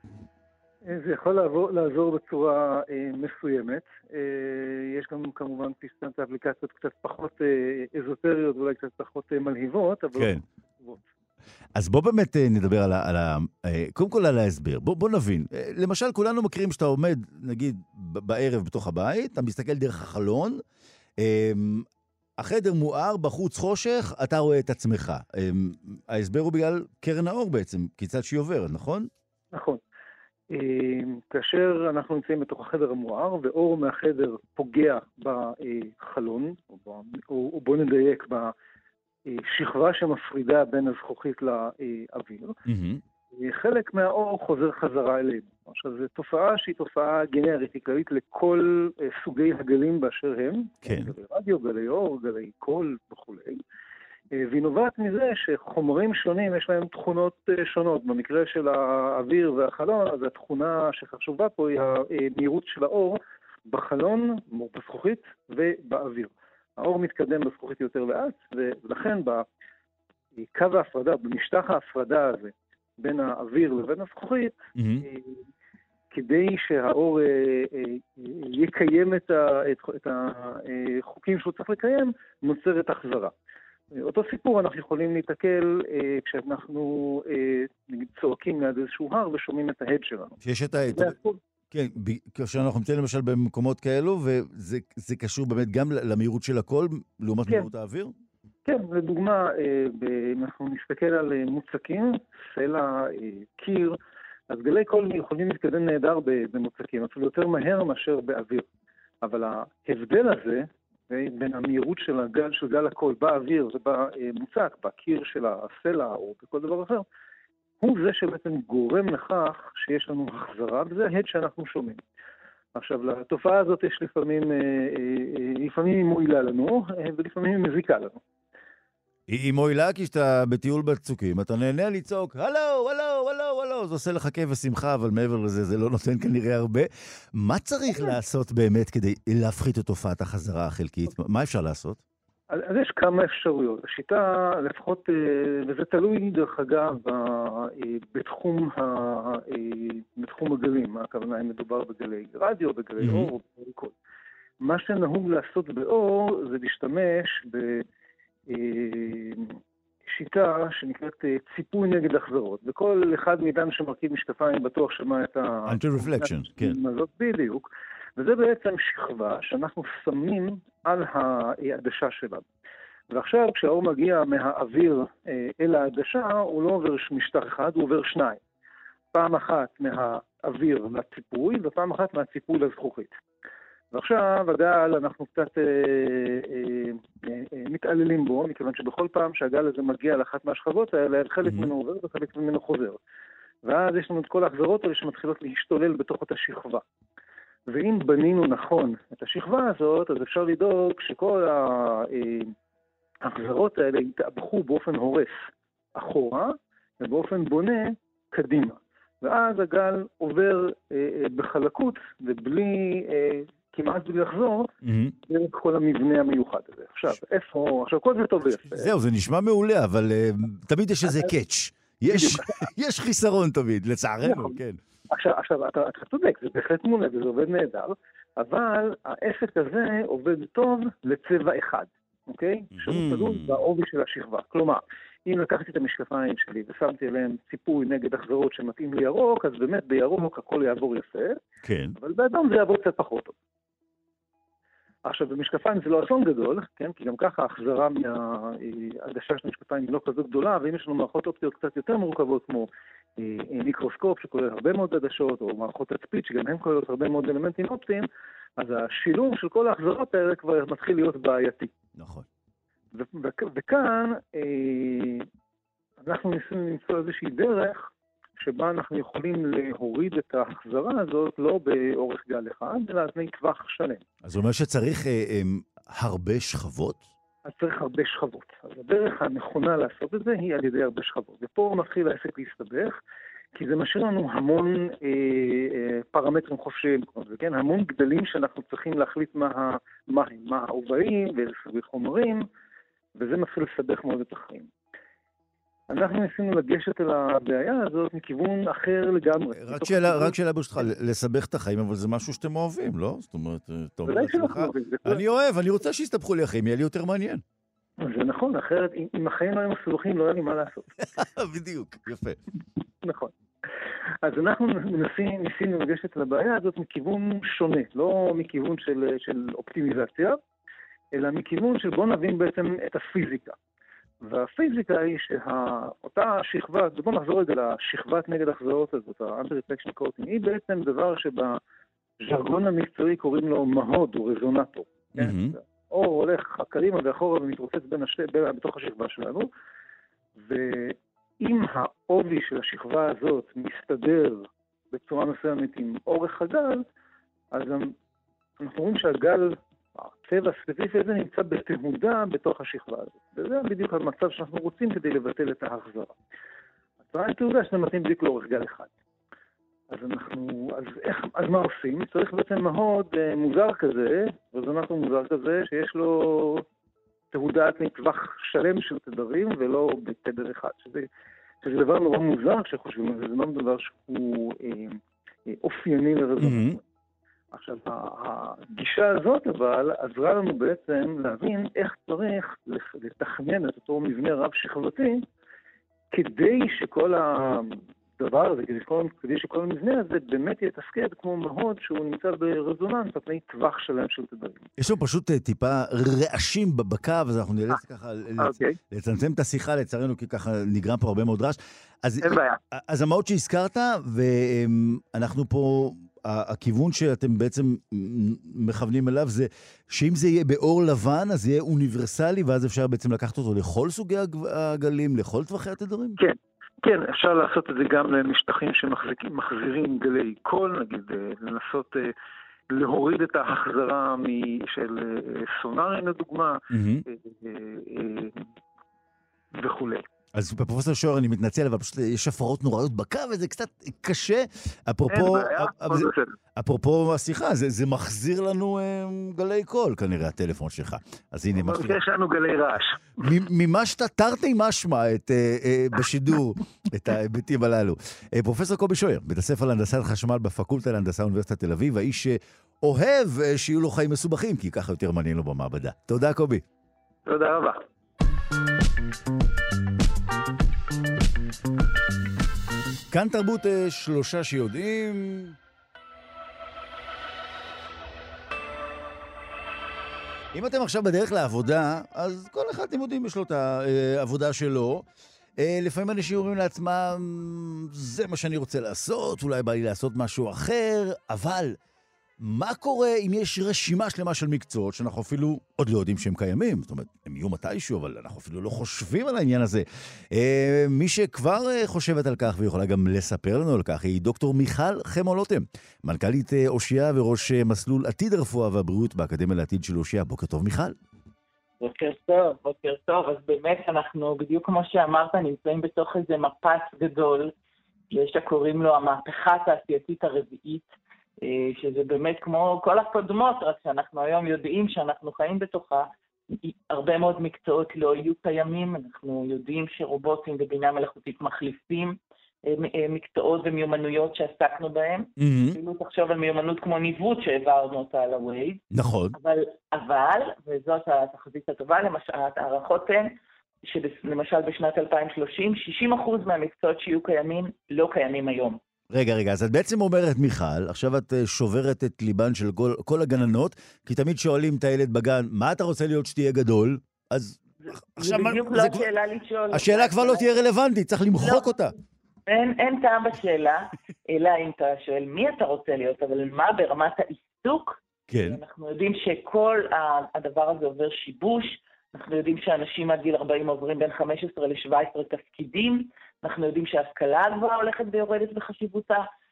זה יכול לעבור, לעזור בצורה אה, מסוימת. אה, יש גם כמובן פיסטנט אפליקציות קצת פחות אה, אזוטריות, ואולי קצת פחות אה, מלהיבות, אבל... כן. לא... אז בוא באמת אה, נדבר על, ה, על ה... אה, קודם כל על ההסבר. בוא, בוא נבין. אה, למשל, כולנו מכירים שאתה עומד, נגיד, בערב בתוך הבית, אתה מסתכל דרך החלון, אה, החדר מואר, בחוץ חושך, אתה רואה את עצמך. אה, ההסבר הוא בגלל קרן האור בעצם, כיצד שהיא עוברת, נכון? נכון. כאשר אנחנו נמצאים בתוך החדר המואר, ואור מהחדר פוגע בחלון, או בוא נדייק, בשכבה שמפרידה בין הזכוכית לאוויר, חלק מהאור חוזר חזרה אלינו. עכשיו, זו תופעה שהיא תופעה גנרית, היא כללית לכל סוגי הגלים באשר הם, גלי רדיו, גלי אור, גלי קול וכולי. והיא נובעת מזה שחומרים שונים יש להם תכונות שונות. במקרה של האוויר והחלון, אז התכונה שחשובה פה היא המהירות של האור בחלון, בזכוכית ובאוויר. האור מתקדם בזכוכית יותר לאט, ולכן בקו ההפרדה, במשטח ההפרדה הזה, בין האוויר לבין הזכוכית, mm-hmm. כדי שהאור יקיים את החוקים שהוא צריך לקיים, נוצרת החזרה. אותו סיפור אנחנו יכולים להתקל אה, כשאנחנו אה, נגיד צועקים ליד איזשהו הר ושומעים את ההד שלנו. שיש את ההד. כן, כשאנחנו נמצאים למשל במקומות כאלו, וזה קשור באמת גם למהירות של הקול, לעומת כן. מהירות האוויר? כן, לדוגמה, אה, אם אנחנו נסתכל על מוצקים, סלע, אה, קיר, אז גלי קול יכולים להתקדם נהדר במוצקים, אפילו יותר מהר מאשר באוויר. אבל ההבדל הזה, בין המהירות של הגל, של גל הקול באוויר ובמוצק, בקיר של הסלע או בכל דבר אחר, הוא זה שבעצם גורם לכך שיש לנו החזרה, וזה ההד שאנחנו שומעים. עכשיו, לתופעה הזאת יש לפעמים, לפעמים היא מועילה לנו, ולפעמים היא מזיקה לנו. היא מועילה כי שאתה בטיול בצוקים, אתה נהנה לצעוק, הלו, הלו, הלו, הלו, זה עושה לך כיף ושמחה, אבל מעבר לזה זה לא נותן כנראה הרבה. מה צריך לעשות באמת כדי להפחית את תופעת החזרה החלקית? מה אפשר לעשות? אז, אז יש כמה אפשרויות. השיטה, לפחות, וזה תלוי דרך אגב, בתחום, ה, בתחום הגלים, הכוונה אם מדובר בגלי רדיו, בגלי אור, או בגלי קול. מה שנהוג לעשות באור זה להשתמש בשיטה שנקראת ציפוי נגד החזרות. וכל אחד מאיתנו שמרכיב משקפיים בטוח שמע את ה... Anti-reflection, כן. הזאת בדיוק. וזה בעצם שכבה שאנחנו שמים על העדשה שלנו. ועכשיו כשהאור מגיע מהאוויר אל העדשה, הוא לא עובר משטח אחד, הוא עובר שניים. פעם אחת מהאוויר לציפוי, ופעם אחת מהציפוי לזכוכית. ועכשיו הגל, אנחנו קצת אה, אה, אה, אה, מתעללים בו, מכיוון שבכל פעם שהגל הזה מגיע לאחת מהשכבות האלה, חלק ממנו עובר וחלק ממנו חוזר. ואז יש לנו את כל ההחזרות האלה שמתחילות להשתולל בתוך אותה שכבה. ואם בנינו נכון את השכבה הזאת, אז אפשר לדאוג שכל ההחזרות האלה יתאבחו באופן הורס אחורה, ובאופן בונה קדימה. ואז הגל עובר אה, אה, בחלקות, ובלי, אה, כמעט בלי לחזור, mm-hmm. דרך כל המבנה המיוחד הזה. עכשיו, איפה, עכשיו כל זה טוב ויפה. זהו, זה נשמע מעולה, אבל uh, תמיד יש איזה קאץ'. יש, יש חיסרון תמיד, לצערנו, כן. עכשיו, עכשיו אתה, אתה צודק, זה בהחלט מולה, וזה עובד נהדר, אבל העסק הזה עובד טוב לצבע אחד, אוקיי? שהוא תלוי בעובי של השכבה. כלומר, אם לקחתי את המשקפיים שלי ושמתי עליהם ציפוי נגד החזרות שמתאים לירוק, אז באמת בירוק הכל יעבור יפה, כן. אבל באדום זה יעבור קצת פחות טוב. עכשיו, במשקפיים זה לא אסון גדול, כן? כי גם ככה ההחזרה מהעדשה של המשקפיים היא לא כזו גדולה, ואם יש לנו מערכות אופטיות קצת יותר מורכבות, כמו מיקרוסקופ שכולל הרבה מאוד עדשות, או מערכות תצפית שגם הן כוללות הרבה מאוד אלמנטים אופטיים, אז השילוב של כל ההחזרות האלה כבר מתחיל להיות בעייתי. נכון. וכאן אנחנו ניסינו למצוא איזושהי דרך שבה אנחנו יכולים להוריד את ההחזרה הזאת לא באורך גל אחד, אלא על פני טווח שלם. אז זאת אומרת שצריך אה, אה, הרבה שכבות? אז צריך הרבה שכבות. אז הדרך הנכונה לעשות את זה היא על ידי הרבה שכבות. ופה מתחיל העסק להסתבך, כי זה משאיר לנו המון אה, אה, פרמטרים חופשיים, כן? המון גדלים שאנחנו צריכים להחליט מה, מה, מה העובעים ואיזה חומרים, וזה מתחיל לסבך מאוד את החיים. אנחנו ניסינו לגשת אל הבעיה הזאת מכיוון אחר לגמרי. רק שאלה, רק שאלה ברשותך, לסבך את החיים, אבל זה משהו שאתם אוהבים, לא? זאת אומרת, אתה אומר לעצמך, אני אוהב, אני רוצה שיסתבכו לי החיים, יהיה לי יותר מעניין. זה נכון, אחרת, אם החיים לא היו מסובכים, לא היה לי מה לעשות. בדיוק, יפה. נכון. אז אנחנו מנסים, ניסינו לגשת אל הבעיה הזאת מכיוון שונה, לא מכיוון של, של אופטימיזציה, אלא מכיוון של בוא נבין בעצם את הפיזיקה. והפיזיקה היא שאותה שכבה, בוא נחזור רגע לשכבת נגד החזרות הזאת, ה-Anti-Reflection Coating, היא בעצם דבר שבז'רגון המקצועי קוראים לו מהוד או רזונטור. אור הולך קדימה ואחורה ומתרוצץ בין השתי, בתוך השכבה שלנו, ואם העובי של השכבה הזאת מסתדר בצורה מסוימת עם אורך הגל, אז אנחנו רואים שהגל, הצבע הספציפי הזה נמצא בתהודה בתוך השכבה הזאת. וזה בדיוק המצב שאנחנו רוצים כדי לבטל את ההחזרה. הצבעה תהודה שאנחנו מתאים בדיוק לאורך גל אחד. אז אנחנו, אז איך, אז מה עושים? צריך בעצם מאוד מוזר כזה, רזונטור מוזר כזה, שיש לו תהודה על פני טווח שלם של תדרים, ולא בתדר אחד. שזה, שזה דבר נורא מוזר כשחושבים על זה, זה לא דבר שהוא אה, אה, אופייני לרזונטור. עכשיו, הגישה הזאת אבל עזרה לנו בעצם להבין איך צריך לתכנן את אותו מבנה רב שכבתי, כדי שכל הדבר הזה, כדי, שכל, כדי שכל המבנה הזה באמת יתפקד כמו מהוד שהוא נמצא ברזוננס, על פני טווח שלם של תדרים. יש לו פשוט טיפה רעשים בקו, אז אנחנו נאלץ ככה לצמצם את השיחה לצערנו, כי ככה נגרם פה הרבה מאוד רעש. אין בעיה. אז המהות שהזכרת, ואנחנו פה... הכיוון שאתם בעצם מכוונים אליו זה שאם זה יהיה באור לבן, אז יהיה אוניברסלי, ואז אפשר בעצם לקחת אותו לכל סוגי הגלים, לכל טווחי התדרים? כן, כן, אפשר לעשות את זה גם למשטחים שמחזירים גלי קול, נגיד לנסות להוריד את ההחזרה של סונארים לדוגמה, וכו'. אז פרופסור שוער, אני מתנצל, אבל פשוט יש הפרעות נוראיות בקו, וזה קצת קשה. אפרופו, אפרופו השיחה, זה, זה מחזיר לנו um, גלי קול, כנראה, הטלפון שלך. אז הנה, מה שאתה... יש לנו גלי רעש. ממה שאתה תרתי משמע את, uh, uh, בשידור, את ההיבטים הללו. Uh, פרופסור קובי שוער, בית הספר להנדסת חשמל בפקולטה להנדסה אוניברסיטת תל אביב, האיש שאוהב uh, שיהיו לו חיים מסובכים, כי ככה יותר מעניין לו במעבדה. תודה, קובי. תודה רבה. כאן תרבות שלושה שיודעים. אם אתם עכשיו בדרך לעבודה, אז כל אחד, אתם יודעים, יש לו את העבודה שלו. לפעמים אנשים אומרים לעצמם, זה מה שאני רוצה לעשות, אולי בא לי לעשות משהו אחר, אבל מה קורה אם יש רשימה שלמה של מקצועות שאנחנו אפילו עוד לא יודעים שהם קיימים? זאת אומרת, הם יהיו מתישהו, אבל אנחנו אפילו לא חושבים על העניין הזה. אה, מי שכבר אה, חושבת על כך ויכולה גם לספר לנו על כך היא דוקטור מיכל חמו-לוטם, מנכ"לית אה, אושיה וראש אה, מסלול עתיד הרפואה והבריאות באקדמיה לעתיד של אושיה. בוקר טוב, מיכל. בוקר טוב, בוקר טוב. אז באמת אנחנו, בדיוק כמו שאמרת, נמצאים בתוך איזה מפץ גדול, יש שקוראים לו המהפכה התעשייתית הרביעית, שזה באמת כמו כל הקודמות, רק שאנחנו היום יודעים שאנחנו חיים בתוכה, הרבה מאוד מקצועות לא יהיו קיימים, אנחנו יודעים שרובוטים ובינה מלאכותית מחליפים מקצועות ומיומנויות שעסקנו בהם, אפילו תחשוב על מיומנות כמו ניווט שהעברנו אותה על הווייז. נכון. אבל, אבל, וזאת התחזית הטובה, למשל, הערכות הן, שלמשל בשנת אלפיים ושלושים, שישים אחוז מהמקצועות שיהיו קיימים לא קיימים היום. רגע, רגע, אז את בעצם אומרת, מיכל, עכשיו את שוברת את ליבן של כל, כל הגננות, כי תמיד שואלים את הילד בגן, מה אתה רוצה להיות שתהיה גדול? אז זה, עכשיו... זה בדיוק זה לא כבר... שאלה לשאול. השאלה כבר לא תהיה רלוונטית, צריך למחוק לא, אותה. אין, אין טעם בשאלה, אלא אם אתה שואל מי אתה רוצה להיות, אבל מה ברמת העיסוק? כן. אנחנו יודעים שכל הדבר הזה עובר שיבוש, אנחנו יודעים שאנשים עד גיל ארבעים עוברים בין חמש עשרה ל-שבע עשרה תפקידים, אנחנו יודעים שההשכלה הגבוהה הולכת ויורדת בחשיבותה,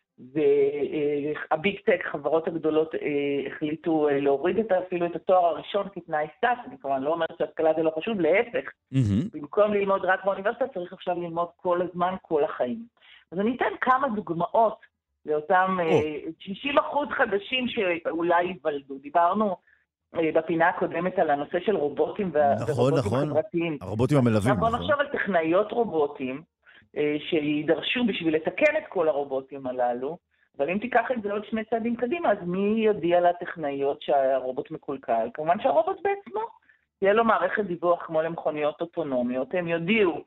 והביג טק, חברות הגדולות, החליטו להוריד את, אפילו את התואר הראשון כתנאי סף. אני כמובן לא אומרת שההשכלה זה לא חשוב, להפך. Mm-hmm. במקום ללמוד רק באוניברסיטה, צריך עכשיו ללמוד כל הזמן, כל החיים. אז אני אתן כמה דוגמאות לאותם oh. שישים אחוז חדשים שאולי ייוולדו. דיברנו בפינה הקודמת על הנושא של רובוטים נכון, ורובוטים נכון. חברתיים. הרובוטים המלווים. בוא נחשוב על טכנאיות רובוטים, שידרשו בשביל לתקן את כל הרובוטים הללו, אבל אם תיקח את זה עוד שני צעדים קדימה, אז מי יודיע לטכנאיות שהרובוט מקולקל? כמובן שהרובוט בעצמו, תהיה לו מערכת דיווח כמו למכוניות אוטונומיות, הם יודיעו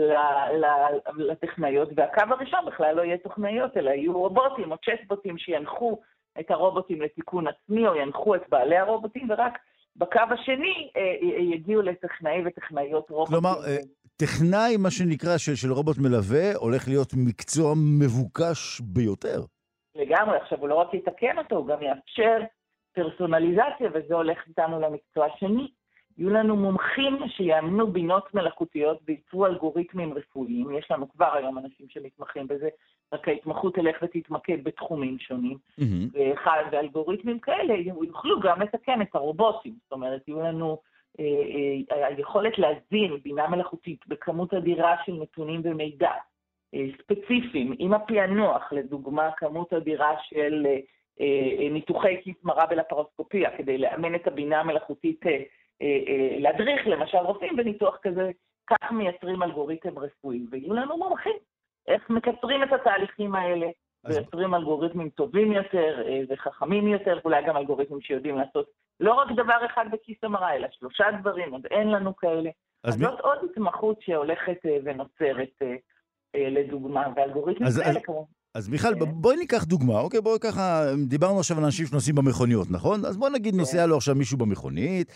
לטכנאיות, והקו הראשון בכלל לא יהיה טכנאיות, אלא יהיו רובוטים או צ'טבוטים שינחו את הרובוטים לתיקון עצמי, או ינחו את בעלי הרובוטים, ורק בקו השני יגיעו לטכנאי וטכנאיות רובוטים. כלומר, טכנאי, מה שנקרא, של, של רובוט מלווה, הולך להיות מקצוע מבוקש ביותר. לגמרי, עכשיו הוא לא רק יתקן אותו, הוא גם יאפשר פרסונליזציה, וזה הולך איתנו למקצוע השני. יהיו לנו מומחים שיאמנו בינות מלאכותיות וייצרו אלגוריתמים רפואיים. יש לנו כבר היום אנשים שמתמחים בזה, רק ההתמחות תלך ותתמקד בתחומים שונים. Mm-hmm. ואחד, ואלגוריתמים כאלה יוכלו גם לתקן את הרובוטים. זאת אומרת, יהיו לנו אה, אה, היכולת להזין בינה מלאכותית בכמות אדירה של נתונים ומידע אה, ספציפיים, עם הפענוח, לדוגמה, כמות אדירה של אה, אה, ניתוחי כיס מרה בלפרוסקופיה, כדי לאמן את הבינה המלאכותית אה, להדריך למשל רופאים בניתוח כזה, כך מייצרים אלגוריתם רפואי, ויהיו לנו מומחים איך מקצרים את התהליכים האלה, ויוצרים אלגוריתמים טובים יותר וחכמים יותר, אולי גם אלגוריתמים שיודעים לעשות לא רק דבר אחד בכיס המרה, אלא שלושה דברים, עוד אין לנו כאלה. אז זאת עוד התמחות שהולכת ונוצרת לדוגמה, ואלגוריתמים כאלה כמובן. אז מיכל, בואי ניקח דוגמה, אוקיי? בואי ככה, דיברנו עכשיו על אנשים שנוסעים במכוניות, נכון? אז בואי נגיד נוסע לו עכשיו מישהו במכונית,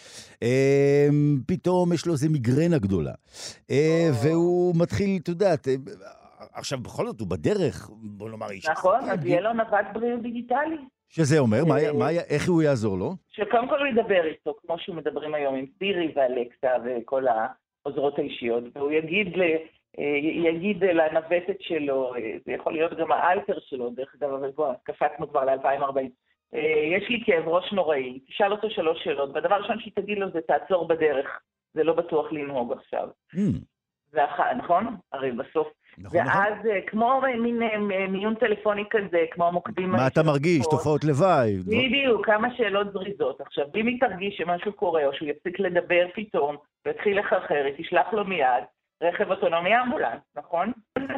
פתאום יש לו איזה מיגרנה גדולה, והוא מתחיל, אתה יודעת, עכשיו בכל זאת הוא בדרך, בוא נאמר איש. נכון, אז יהיה לו נווט בריאות דיגיטלי. שזה אומר, איך הוא יעזור לו? שקודם כל הוא ידבר איתו, כמו שהוא מדברים היום עם סירי ואלקסה וכל העוזרות האישיות, והוא יגיד ל... יגיד לנווטת שלו, זה יכול להיות גם האלטר שלו, דרך אגב, אבל בוא, קפצנו כבר ל-אלפיים וארבעים. יש לי כאב ראש נוראי, תשאל אותו שלוש שאלות, והדבר ראשון שהיא תגיד לו זה תעצור בדרך, זה לא בטוח לנהוג עכשיו. Mm. ואח... נכון? הרי בסוף. נכון, ואז נכון. כמו מין מיון טלפוני כזה, כמו המוקדים... מה אתה מרגיש? תופעות לוואי? בדיוק, כמה שאלות זריזות. עכשיו, אם היא תרגיש שמשהו קורה, או שהוא יפסיק לדבר פתאום, ויתחיל לחרחר, היא תשלח לו מיד, רכב אוטונומי אמבולנס, נכון?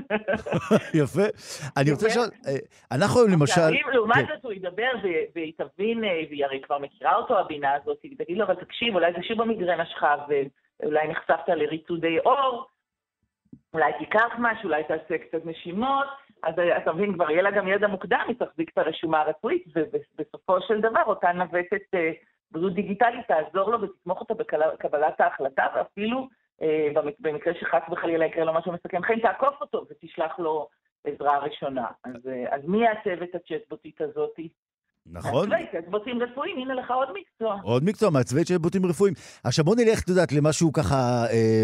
יפה. אני רוצה לשאול, אנחנו למשל... לעומת זאת הוא ידבר והיא תבין, והיא הרי כבר מכירה אותו, הבינה הזאת, היא תגיד לו, אבל תקשיב, אולי זה שוב במיגרנה שלך, ואולי נחשפת לריצודי אור, אולי תיקח משהו, אולי תעשה קצת נשימות, אז אתה מבין, כבר יהיה לה גם ידע מוקדם, היא תחזיק את הרשומה הרפואית, ובסופו של דבר אותה נווטת בריאות דיגיטלית תעזור לו ותתמוך אותה בקבלת ההחלטה, ואפילו במקרה שחץ וחלילה יקרה לו משהו מסכן חיים, תעקוף אותו ותשלח לו עזרה ראשונה. אז, אז מי יעצב את הצ'טבוטית הזאת? נכון. צ'טבוטים רפואיים, הנה לך עוד מקצוע. עוד מקצוע, מעצבי צ'טבוטים רפואיים. עכשיו בוא נלך, אתה יודעת, למשהו ככה,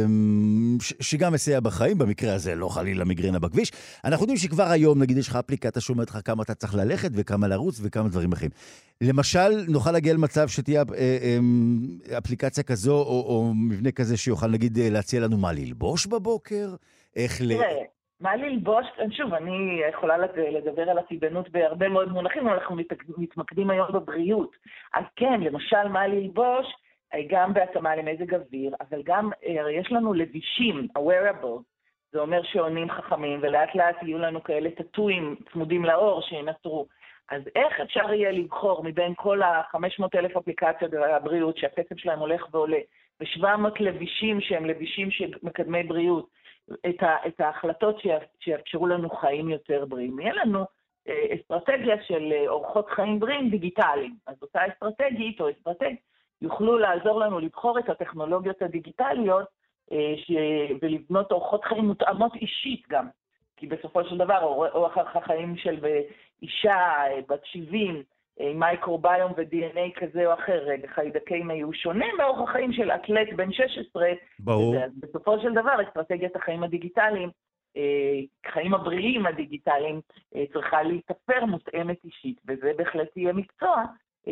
שגם מסייע בחיים, במקרה הזה לא חלילה מיגרנה בכביש. אנחנו יודעים שכבר היום, נגיד, יש לך אפליקציה שאומרת לך כמה אתה צריך ללכת, וכמה לרוץ, וכמה דברים אחרים. למשל, נוכל להגיע למצב שתהיה אפליקציה כזו, או מבנה כזה שיוכל, נגיד, להציע לנו מה ללבוש בבוקר, איך ל... מה ללבוש? שוב, אני יכולה לדבר על הטיבנות בהרבה מאוד מונחים, אבל אנחנו מתמקדים היום בבריאות. אז כן, למשל, מה ללבוש, גם בהתאמה למזג אוויר, אבל גם יש לנו לבישים, ה-wearable, זה אומר שעונים חכמים, ולאט לאט יהיו לנו כאלה טטויים צמודים לאור שינטרו. אז איך אפשר יהיה לבחור מבין כל ה-חמש מאות אלף אפליקציות הבריאות, שהקצב שלהם הולך ועולה, ו-שבע מאות לבישים שהם לבישים שמקדמי בריאות, את, ה, את ההחלטות שיאפשרו לנו חיים יותר בריאים. יהיה לנו אה, אסטרטגיה של אה, אורחות חיים בריאים דיגיטליים. אז אותה אסטרטגית או אסטרטג יוכלו לעזור לנו לבחור את הטכנולוגיות הדיגיטליות אה, ש... ולבנות אורחות חיים מותאמות אישית גם. כי בסופו של דבר אורח החיים של אישה בת שבעים, עם מייקרוביום ו-די אן איי כזה או אחר, חיידקים היו שונה מאורח החיים של אתלט בן שש עשרה. ברור. בסופו של דבר, אסטרטגיית החיים הדיגיטליים, חיים הבריאים הדיגיטליים, צריכה להתאפר מותאמת אישית, וזה בהחלט יהיה מקצוע,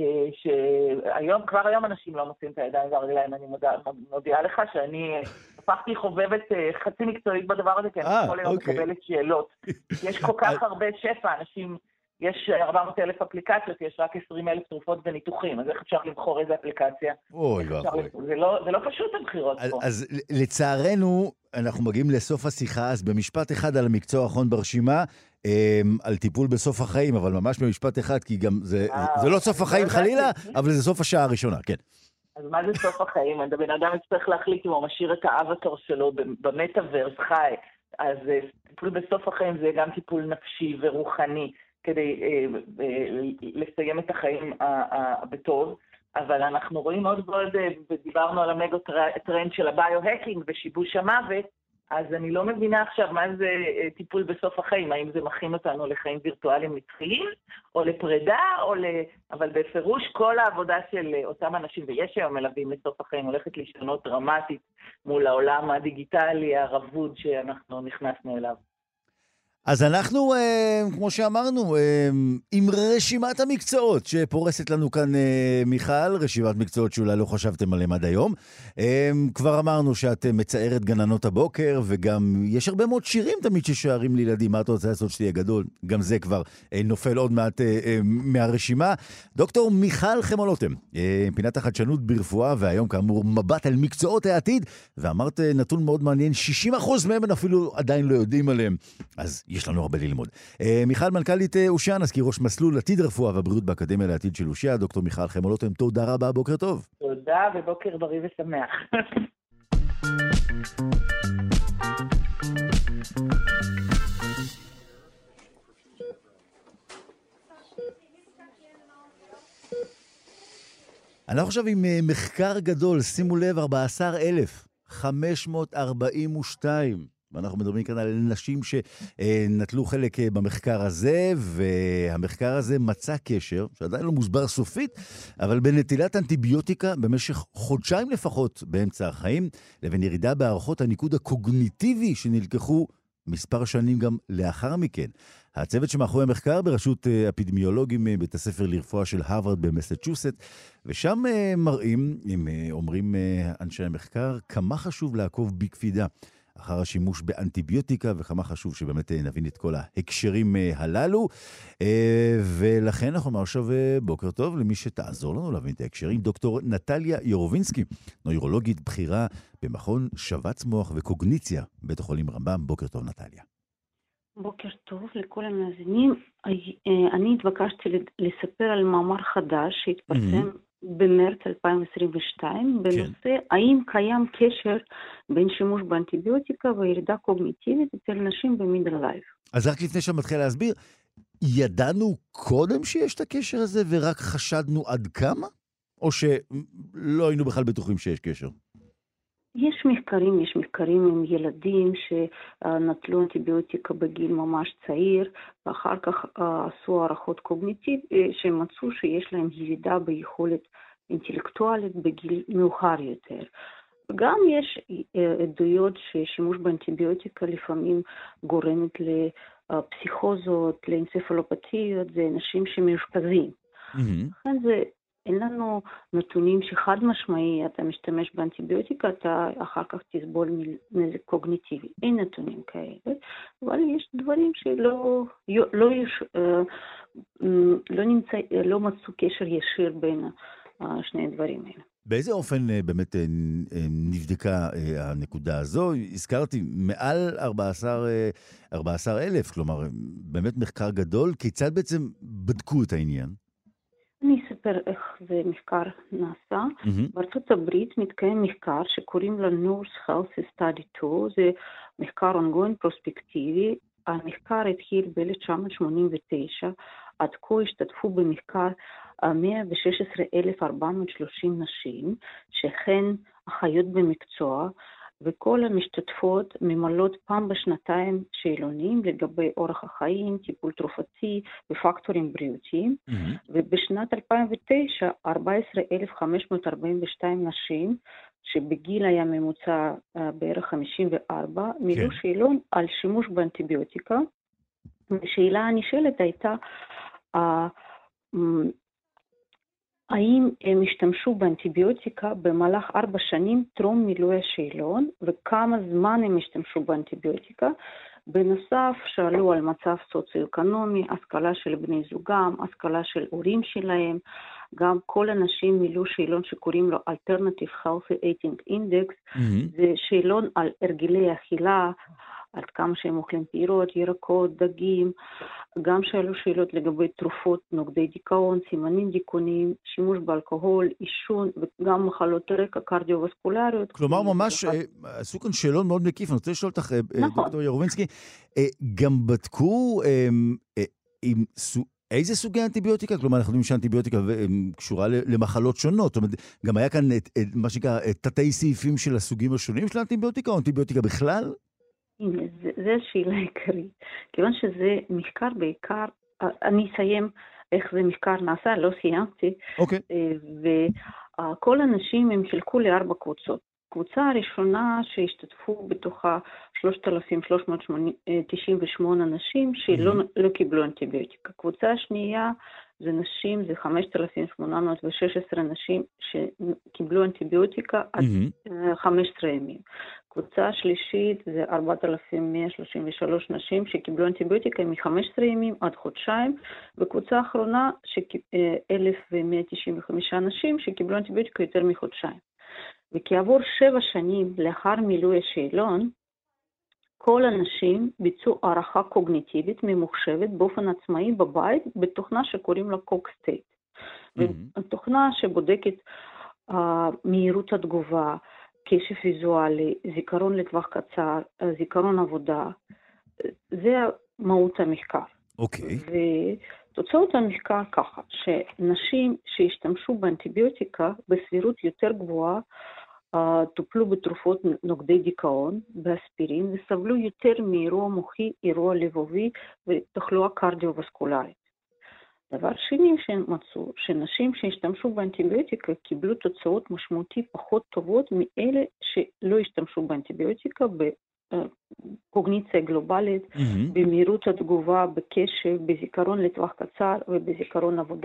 שהיום, כבר היום אנשים לא מוצאים את הידיים והרגליים. אני מודיעה לך שאני הפכתי חובבת חצי מקצועית בדבר הזה, כי אני כל היום מקבלת שאלות. יש כל כך הרבה שפע, אנשים... יש ארבע מאות אלף אפליקציות, יש רק עשרים אלף תרופות וניתוחים, אז איך אפשר לבחור איזה אפליקציה? אוי ואוי. זה לא, זה לא פשוט הבחירות פה. אז לצערנו, אנחנו מגיעים לסוף השיחה, אז במשפט אחד על המקצוע האחרון ברשימה, על טיפול בסוף החיים, אבל ממש במשפט אחד, כי גם זה, זה לא סוף החיים חלילה, אבל זה סוף השעה הראשונה, כן. אז מה זה סוף החיים? הבן אדם יצטרך להחליט אם הוא משאיר את האבטר שלו במטאברס חי, אז טיפול בסוף החיים זה גם טיפול נפשי ורוחני, כדי אה, אה, לסיים את החיים בטוב, אבל אנחנו רואים עוד ועוד, ודיברנו על המגו טרנד של הביו-הקינג ושיבוש המוות, אז אני לא מבינה עכשיו מה זה אה, טיפול בסוף החיים, האם זה מכין אותנו לחיים וירטואליים נצחיים, או לפרידה, או ל... אבל בפירוש כל העבודה של אותם אנשים, ויש היום מלווים לסוף החיים, הולכת להשתנות דרמטית מול העולם הדיגיטלי, הרבוד שאנחנו נכנסנו אליו. אז אנחנו, כמו שאמרנו, עם רשימת המקצועות שפורסת לנו כאן מיכל, רשימת מקצועות שאולי לא חשבתם עליהם עד היום. כבר אמרנו שאת מציירת גננות הבוקר, וגם יש הרבה מאוד שירים תמיד ששוערים לילדים, מה אתה רוצה לעשות שתהיה גדול? גם זה כבר נופל עוד מעט מהרשימה. דוקטור מיכל חמולותם, פינת החדשנות ברפואה, והיום כאמור מבט על מקצועות העתיד, ואמרת נתון מאוד מעניין, שישים אחוז מהם אפילו עדיין לא יודעים עליהם. אז יש לנו הרבה ללמוד. מיכל, מנכ"לית אושיה, נזכיר ראש מסלול עתיד רפואה והבריאות באקדמיה לעתיד של אושיה, דוקטור מיכל חמולותם, תודה רבה, בוקר טוב. תודה ובוקר בריא ושמח. אנחנו עכשיו עם מחקר גדול, שימו לב, ארבעה עשר אלף חמש מאות ארבעים ושתיים. ואנחנו מדברים כאן על נשים שנטלו חלק במחקר הזה, והמחקר הזה מצא קשר, שעדיין לא מוסבר סופית, אבל בנטילת אנטיביוטיקה במשך חודשיים לפחות באמצע החיים, לבין ירידה בהערכות הניקוד הקוגניטיבי שנלקחו מספר שנים גם לאחר מכן. הצוות שמאחורי המחקר בראשות אפידמיולוגים בית הספר לרפואה של הרווארד במסצ'וסט, ושם מראים, אם אומרים אנשי המחקר, כמה חשוב לעקוב בקפידה אחר השימוש באנטיביוטיקה, וכמה חשוב שבאמת נבין את כל ההקשרים הללו. ולכן אנחנו נאמר עכשיו בוקר טוב למי שתעזור לנו להבין את ההקשרים, דוקטור נטליה יורובינסקי, נוירולוגית בכירה במכון שבץ מוח וקוגניציה, בית החולים רמב"ם. בוקר טוב נטליה. בוקר טוב לכל המאזינים. אני התבקשתי לספר על מאמר חדש שהתפרסם במרץ אלפיים עשרים ושתיים, בנושא האם קיים קשר בין שימוש באנטיביוטיקה וירידה קוגניטיבית אצל נשים במידל לייף. אז רק לפני שמתחיל להסביר, ידענו קודם שיש את הקשר הזה ורק חשדנו עד כמה? או שלא היינו בכלל בטוחים שיש קשר? יש מחקרים, יש מחקרים עם ילדים שנטלו אנטיביוטיקה בגיל ממש צעיר, ואחר כך עשו הערכות קוגניטיביות, שמצאו שיש להם ירידה ביכולת אינטלקטואלית בגיל מאוחר יותר. גם יש עדויות ששימוש באנטיביוטיקה לפעמים גורמת לפסיכוזות, לאנצפלופתיות, זה אנשים שמאושפזים. לכן זה... אין לנו נתונים שחד משמעי, אתה משתמש באנטיביוטיקה, אתה אחר כך תסבול נזק קוגניטיבי. אין נתונים כאלה, אבל יש דברים שלא לא יש, לא נמצא, לא מצאו קשר ישיר בין שני הדברים האלה. באיזה אופן באמת נבדקה הנקודה הזו? הזכרתי מעל ארבעה עשר אלף, כלומר באמת מחקר גדול. כיצד בעצם בדקו את העניין? אני אספר איך זה מחקר נעשה. Mm-hmm. בארצות הברית מתקיים מחקר שקוראים לו North Health Study שתיים, זה מחקר ongoing פרוספקטיבי. המחקר התחיל ב-אלף תשע מאות שמונים ותשע, עד כה השתתפו במחקר מאה ושש עשרה אלף ארבע מאות ושלושים נשים, שהן אחיות במקצוע, וכל המשתתפות ממלאות פעם בשנתיים שאלונים לגבי אורח החיים, טיפול תרופתי ופקטורים בריאותיים. Mm-hmm. ובשנת אלפיים ותשע, ארבעה עשר אלף חמש מאות ארבעים ושתיים נשים, שבגיל היה ממוצע בערך חמישים וארבע, מילאו okay. שאלון על שימוש באנטיביוטיקה. השאלה הנשאלת הייתה, האם הם השתמשו באנטיביוטיקה במהלך ארבע שנים טרום מילוי השאלון, וכמה זמן הם השתמשו באנטיביוטיקה. בנוסף, שאלו על מצב סוציו-אקונומי, השכלה של בני זוגם, השכלה של הורים שלהם, גם כל אנשים מילאו שאלון שקוראים לו Alternative Healthy Eating Index, mm-hmm. זה שאלון על הרגלי אכילה, עד כמה שהם אוכלים פירות, ירקות, דגים, גם שאלו שאלות לגבי תרופות, נוגדי דיכאון, סימנים דיכאוניים, שימוש באלכוהול, עישון, וגם מחלות רקע קרדיו-וסקולריות. כלומר, ממש עשו כאן שאלון מאוד מקיף. אני רוצה לשאול אותך, דוקטור יורובינסקי, גם בדקו עם איזה סוגי אנטיביוטיקה? כלומר, אנחנו יודעים שאנטיביוטיקה קשורה למחלות שונות. זאת אומרת, גם היה כאן מה שנקרא תתי סעיפים של הסוגים השונים של האנטיביוטיקה, או אנטיביוטיקה בכלל? הנה, זו השאלה העיקרית. כיוון שזה מחקר בעיקר, אני אסיים איך זה מחקר נעשה, לא סיימתי. אוקיי. וכל האנשים הם חילקו לארבע קבוצות. הקבוצה הראשונה שהשתתפו בתוכה שלושת אלפים שלוש מאות תשעים ושמונה אנשים שלא לא קיבלו אנטיביוטיקה. קבוצה השנייה זה נשים, זה חמשת אלפים שמונה מאות ושש עשרה נשים שקיבלו אנטיביוטיקה עד חמישה עשר ימים. קבוצה השלישית זה ארבעת אלפים מאה שלושים ושלוש נשים שקיבלו אנטיביוטיקה מ-חמישה עשר ימים עד חודשיים, וקבוצה האחרונה אלף מאה תשעים וחמש נשים שקיבלו אנטיביוטיקה יותר מחודשיים. וכעבור שבע שנים לאחר מילוי השאלון, כל הנשים ביצעו הערכה קוגניטיבית ממוחשבת באופן עצמאי בבית, בתוכנה שקוראים לה קוק-סטייט. Mm-hmm. ותוכנה שבודקת uh, מהירות התגובה, קשב ויזואלי, זיכרון לטווח קצר, זיכרון עבודה. זה מהות המחקר. אוקיי. Okay. ותוצאות המחקר ככה, שנשים שהשתמשו באנטיביוטיקה בסבירות יותר גבוהה, טופלו בתרופות נוגדי דיכאון, באספירין, וסבלו יותר מאירוע מוחי, אירוע לבבי ותחלואה קרדיו-וסקולרית. דבר שני שמצאו, שנשים שהשתמשו באנטיביוטיקה קיבלו תוצאות משמעותית פחות טובות מאלה שלא השתמשו באנטיביוטיקה בקוגניציה גלובלית, mm-hmm. במהירות התגובה, בקשב, בזיכרון לטווח קצר ובזיכרון עבודה.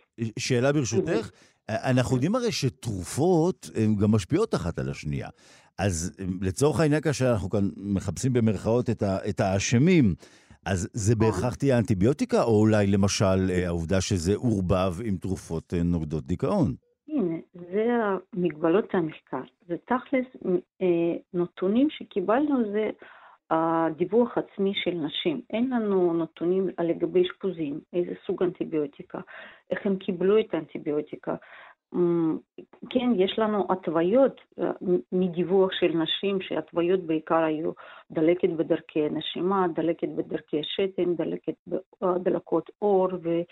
שאלה ברשותך, אנחנו יודעים הרי שתרופות הן גם משפיעות אחת על השנייה. אז לצורך העניין כאשר אנחנו כאן מחפשים במרכאות את האשמים, אז זה בהכרח תהיה אנטיביוטיקה, או אולי למשל העובדה שזה עורבב עם תרופות נוגדות דיכאון? הנה, זה המגבלות המחקר. זה תכלס נתונים שקיבלנו, זה הדיווח עצמי של נשים. אין לנו נתונים לגבי אשפוזים, איזה סוג אנטיביוטיקה, איך הם קיבלו את האנטיביוטיקה. כן, יש לנו התוויות מדיווח של נשים, שהתוויות בעיקר היו דלקת בדרכי הנשימה, דלקת בדרכי השתן, דלקת, דלקות עור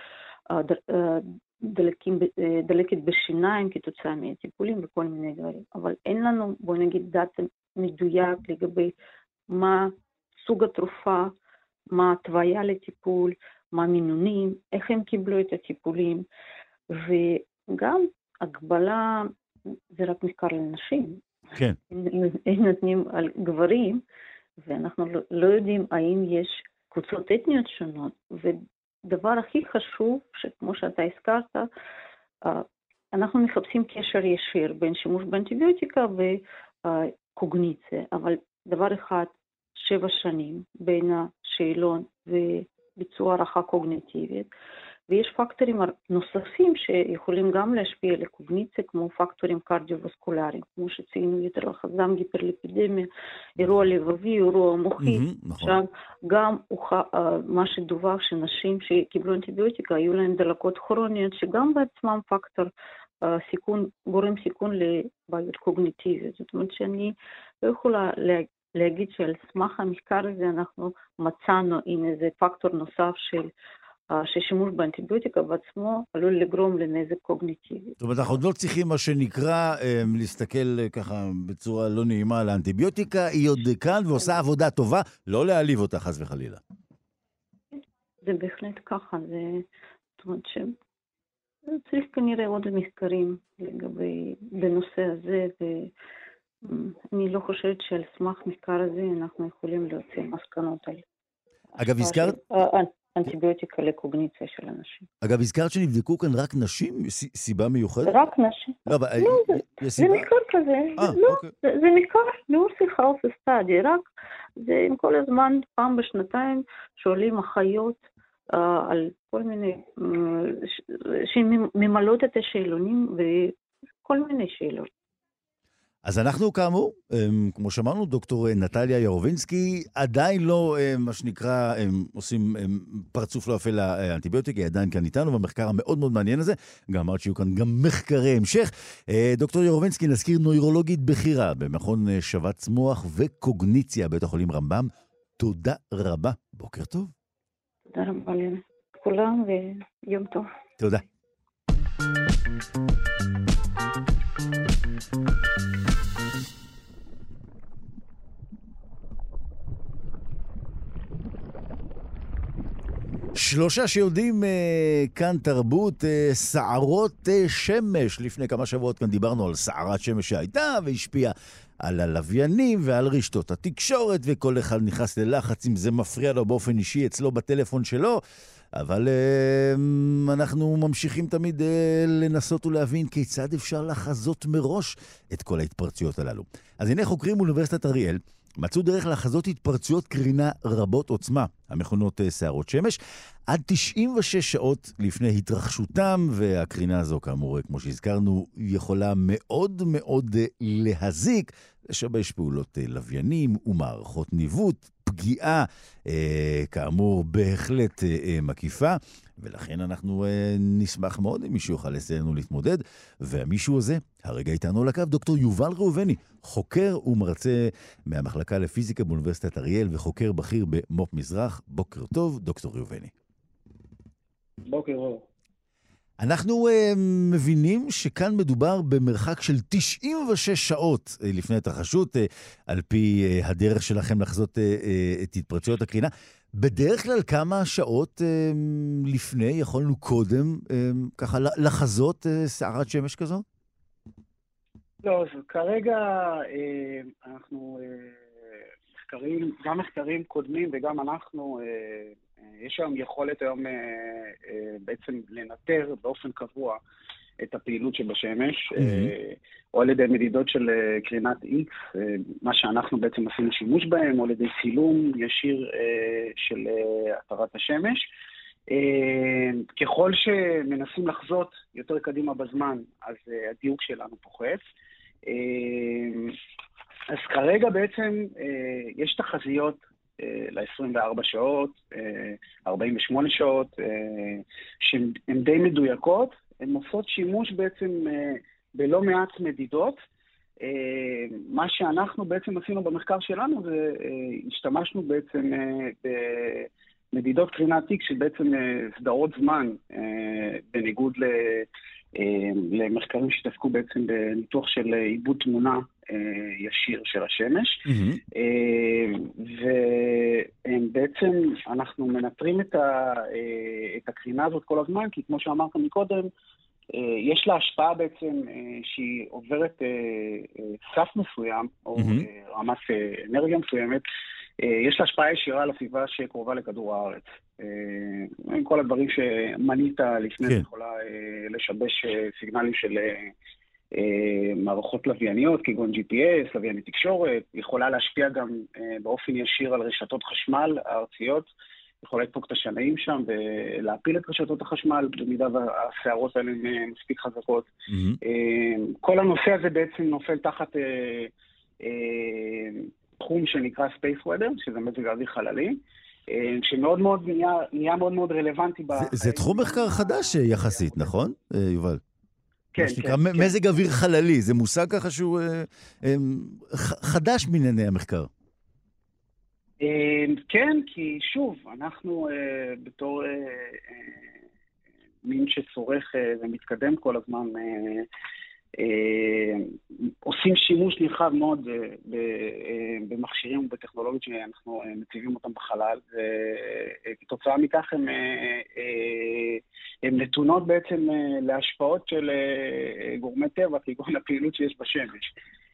ודלקת בשיניים כתוצאה מהטיפולים וכל מיני דברים. אבל אין לנו, בוא נגיד, דאטה מדויק לגבי מה סוג התרופה, מה התוויה לטיפול, מה המינונים, איך הם קיבלו את הטיפולים, וגם הגבלה זה רק מחקר לנשים. כן. הם נותנים על גברים, ואנחנו לא יודעים האם יש קבוצות אתניות שונות, ודבר הכי חשוב, שכמו שאתה הזכרת, אנחנו מחפשים קשר ישיר בין שימוש באנטיביוטיקה וקוגניציה, אבל דבר אחד, שבע שנים בין השאלון וביצוע הערכה קוגניטיבית, ויש פקטורים נוספים שיכולים גם להשפיע על הקוגניציה, כמו פקטורים קרדיו-וסקולריים, כמו שציינו יותר לחזם, היפרליפידמיה, אירוע לבבי, אירוע מוחי. עכשיו, גם מה שדווח שנשים שקיבלו אנטיביוטיקה, היו להן דלקות כרוניות, שגם בעצמם פקטור סיכון, גורם סיכון לבעיות קוגניטיביות. זאת אומרת שאני לא יכולה להגיד שעל סמך המחקר הזה אנחנו מצאנו עם איזה פקטור נוסף של ששימוש באנטיביוטיקה בעצמו עלול לגרום לנזק קוגניטיבי. זאת אומרת, אנחנו עוד לא צריכים מה שנקרא להסתכל ככה בצורה לא נעימה על האנטיביוטיקה, היא עוד כאן ועושה עבודה טובה, לא להעליב אותה חס וחלילה. זה בהחלט ככה, זה, זאת אומרת שצריך כנראה עוד מחקרים לגבי, בנושא הזה, ואני לא חושבת שעל סמך מחקר הזה אנחנו יכולים להוציא מסקנות על... אגב, הזכרת... אנטיביוטיקה לקוגניציה של אנשים. אגב, הזכרת שנבדקו כאן רק נשים? סיבה מיוחדת? רק נשים. לא, אבל... זה מחקר כזה. לא, זה מחקר נורסי חאוס סטאדי, רק זה עם כל הזמן, פעם בשנתיים, שואלים אחיות על כל מיני, שממלאות את השאלונים וכל מיני שאלות. אז אנחנו כאמור, כמו שאמרנו, דוקטור נטליה ירובינסקי, עדיין לא, מה שנקרא, עושים פרצוף לא אפל לאנטיביוטיקה, היא עדיין כאן איתנו, במחקר המאוד מאוד מעניין הזה, גם אמרת שיהיו כאן גם מחקרי המשך. דוקטור ירובינסקי, נזכיר נוירולוגית בכירה במכון שבץ מוח וקוגניציה, בית החולים רמב"ם. תודה רבה, בוקר טוב. תודה רבה לכולם ויום טוב. תודה. שלושה שיודעים כאן תרבות, סערות שמש. לפני כמה שבועות כאן דיברנו על סערת שמש שהייתה והשפיעה על הלוויינים ועל רשתות התקשורת, וכל אחד נכנס ללחץ אם זה מפריע לו באופן אישי אצלו בטלפון שלו. אבל uh, אנחנו ממשיכים תמיד uh, לנסות ולהבין כיצד אפשר לחזות מראש את כל ההתפרצויות הללו. אז הנה חוקרים מאוניברסיטת אריאל מצאו דרך לחזות התפרצויות קרינה רבות עוצמה, המכונות uh, שערות שמש, עד תשעים ושש שעות לפני התרחשותם, והקרינה הזו כאמור, כמו שהזכרנו, יכולה מאוד מאוד uh, להזיק, לשבש פעולות uh, לוויינים ומערכות ניווט, פגיעה, אה, כאמור, בהחלט אה, מקיפה, ולכן אנחנו אה, נשמח מאוד אם מישהו יוכל לסייענו להתמודד, והמישהו הזה, הרגע איתנו לקו, דוקטור יובל ראובני, חוקר ומרצה מהמחלקה לפיזיקה באוניברסיטת אריאל, וחוקר בכיר במו"פ מזרח. בוקר טוב, דוקטור ראובני. בוקר טוב. אנחנו uh, מבינים שכאן מדובר במרחק של תשעים ושש שעות uh, לפני התרחשות, uh, על פי uh, הדרך שלכם לחזות uh, uh, את התפרצויות הקרינה. בדרך כלל כמה שעות uh, לפני יכולנו קודם uh, ככה לחזות uh, שערת שמש כזו? לא, אז כרגע uh, אנחנו uh, מחקרים, גם מחקרים קודמים וגם אנחנו... Uh, יש היום יכולת היום בעצם לנטר באופן קבוע את הפעילות שבשמש, או על ידי מדידות של קרינת X, מה שאנחנו בעצם עשינו שימוש בהם, או על ידי צילום ישיר של אתרת השמש. ככל שמנסים לחזות יותר קדימה בזמן, אז הדיוק שלנו פוחת. אז כרגע בעצם יש תחזיות ל-עשרים וארבע שעות, ארבעים ושמונה שעות, שהן די מדויקות. הן עושות שימוש בעצם בלא מעט מדידות. מה שאנחנו בעצם עשינו במחקר שלנו, זה השתמשנו בעצם במדידות קרינת X, שבעצם סדרות זמן, בניגוד למחקרים שתעסקו בעצם בניתוח של עיבוד תמונה ישיר של השמש. ובעצם אנחנו מנטרים את הקרינה הזאת כל הזמן, כי כמו שאמרת מקודם, יש לה השפעה בעצם שהיא עוברת סף מסוים, או רמת אנרגיה מסוימת, יש לה השפעה ישירה על הסביבה שקרובה לכדור הארץ. עם כל הדברים שמנית לפני, זה יכולה לשבש סיגנלים של מערכות לווייניות, כגון ג'י פי אס, לווייני תקשורת, יכולה להשפיע גם באופן ישיר על רשתות חשמל הארציות, יכולה לדפוק את השנאים שם ולהפיל את רשתות החשמל, במידה והסערות האלה הן מספיק חזקות. כל הנושא הזה בעצם נופל תחת תחום שנקרא Space Weather, שזה מזג האוויר חללי, שמאוד מאוד נהיה מאוד מאוד רלוונטי. זה תחום מחקר חדש יחסית, נכון, יובל? כן, מה שנקרא מזג אוויר חללי, זה מושג ככה שהוא חדש מענייני המחקר. כן, כי שוב, אנחנו בתור מין שצורך ומתקדם כל הזמן, עושים שימוש נרחב מאוד במכשירים ובטכנולוגיות שאנחנו מציבים אותם בחלל, וכתוצאה מכך הן נתונות בעצם להשפעות של גורמי טבע, כגון הפעילות שיש בשמש.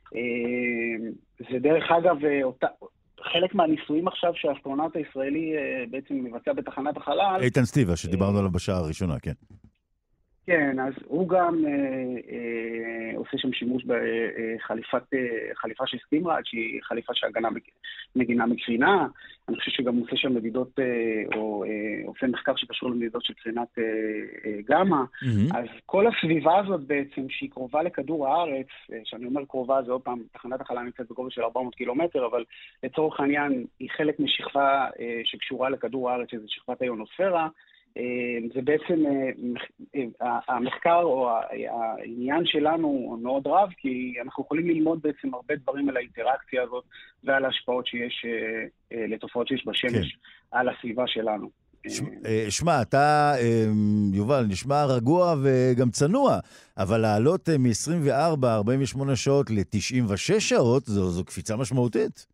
זה דרך אגב, חלק מהניסויים עכשיו שהאסטרונאוט הישראלי בעצם מבצע בתחנת החלל. איתן סטיבה, שדיברנו עליו בשעה הראשונה, כן. כן, אז הוא גם אה, אה, עושה שם שימוש בחליפת, אה, חליפה של סטימרד, שהיא חליפה שהגנה מגינה מקרינה. אני חושב שגם הוא עושה שם מדידות, אה, או אה, עושה מחקר שקשור למדידות של קרינת אה, אה, גמא. Mm-hmm. אז כל הסביבה הזאת בעצם, שהיא קרובה לכדור הארץ, אה, שאני אומר קרובה, זה עוד פעם, תחנת החלל נמצאת בגובה של ארבע מאות קילומטר, אבל לצורך העניין היא חלק משכבה אה, שקשורה לכדור הארץ, שזה שכבת האיונוספירה. זה בעצם, המחקר או העניין שלנו הוא מאוד רב, כי אנחנו יכולים ללמוד בעצם הרבה דברים על האינטראקציה הזאת ועל ההשפעות שיש, לתופעות שיש בשמש, על הסביבה שלנו. שמע, אתה, יובל, נשמע רגוע וגם צנוע, אבל לעלות מ-עשרים וארבע ארבעים ושמונה שעות ל-תשעים ושש שעות, זו, זו קפיצה משמעותית.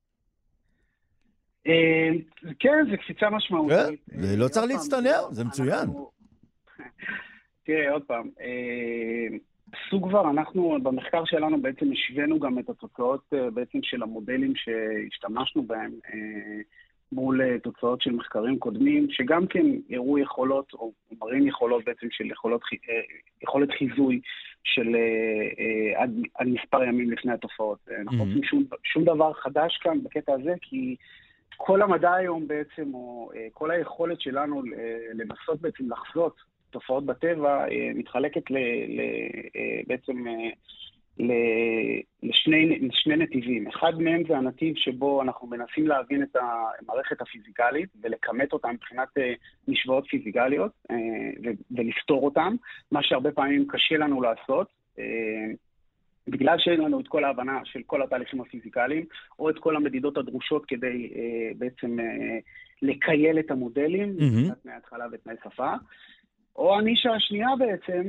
כן, זה קפיצה משמעותית. זה לא צריך להצטנע, זה מצוין. תראה, עוד פעם, עשו כבר, אנחנו במחקר שלנו בעצם השווינו גם את התוצאות בעצם של המודלים שהשתמשנו בהם מול תוצאות של מחקרים קודמים, שגם כן הראו יכולות, או מראים יכולות בעצם של יכולות, יכולת חיזוי של עד, עד מספר ימים לפני התופעות. אנחנו עושים שום, שום דבר חדש כאן בקטע הזה, כי כל המדע היום בעצם, או כל היכולת שלנו לנסות בעצם לחזות תופעות בטבע, מתחלקת ל, ל, בעצם לשני, לשני נתיבים. אחד מהם זה הנתיב שבו אנחנו מנסים להבין את המערכת הפיזיקלית ולכמת אותה מבחינת משוואות פיזיקליות ולפתור אותם, מה שהרבה פעמים קשה לנו לעשות. בגלל שאין לנו את כל ההבנה של כל התהליכים הפיזיקליים, או את כל המדידות הדרושות כדי אה, בעצם אה, לקייל את המודלים, mm-hmm. תנאי התחלה ותנאי שפה. או הנישה השנייה בעצם,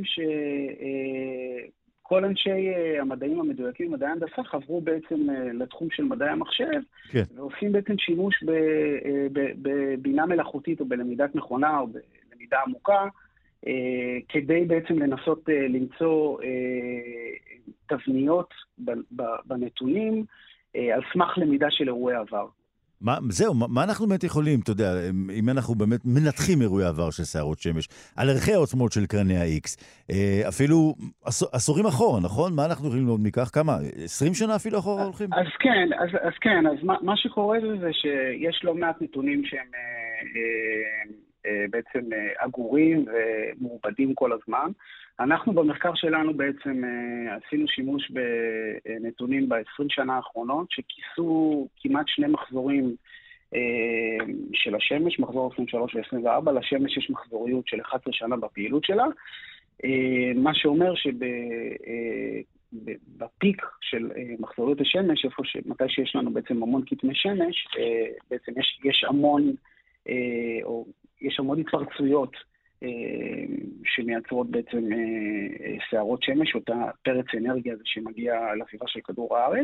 שכל אה, אנשי אה, המדעים המדויקים, מדעי הנדסה, חברו בעצם אה, לתחום של מדעי המחשב, כן. ועושים בעצם שימוש ב, אה, ב, בבינה מלאכותית, או בלמידת מכונה, או בלמידה עמוקה, Uh, כדי בעצם לנסות uh, למצוא uh, תבניות בנתונים uh, על סמך למידה של אירועי עבר. מה, זהו, מה, מה אנחנו באמת יכולים, אתה יודע, אם אנחנו באמת מנתחים אירועי עבר של שערות שמש, על ערכי העוצמות של קרני ה-X, אפילו עשור, עשורים אחורה, נכון? מה אנחנו יכולים ללמוד מכך? כמה? עשרים שנה אפילו אחורה הולכים? אז כן, אז, אז כן, אז מה, מה שקורה זה, זה שיש לא מעט נתונים שהם אה, אה, אה, בעצם אה, אגורים ומעובדים כל הזמן. אנחנו במחקר שלנו בעצם אה, עשינו שימוש בנתונים ב-עשרים שנה האחרונות, שכיסו כמעט שני מחזורים אה, של השמש, מחזור עשרים ושלוש ו-עשרים וארבע, לשמש יש מחזוריות של אחת עשרה שנה בפעילות שלה, אה, מה שאומר שב... אה, בפיק של מחזוריות השמש, איפה שמתי שיש לנו בעצם המון כתמי שמש, בעצם יש, יש המון, או יש המון התפרצויות שמייצרות בעצם שערות שמש, אותה פרץ אנרגיה הזה שמגיע לסביבה של כדור הארץ.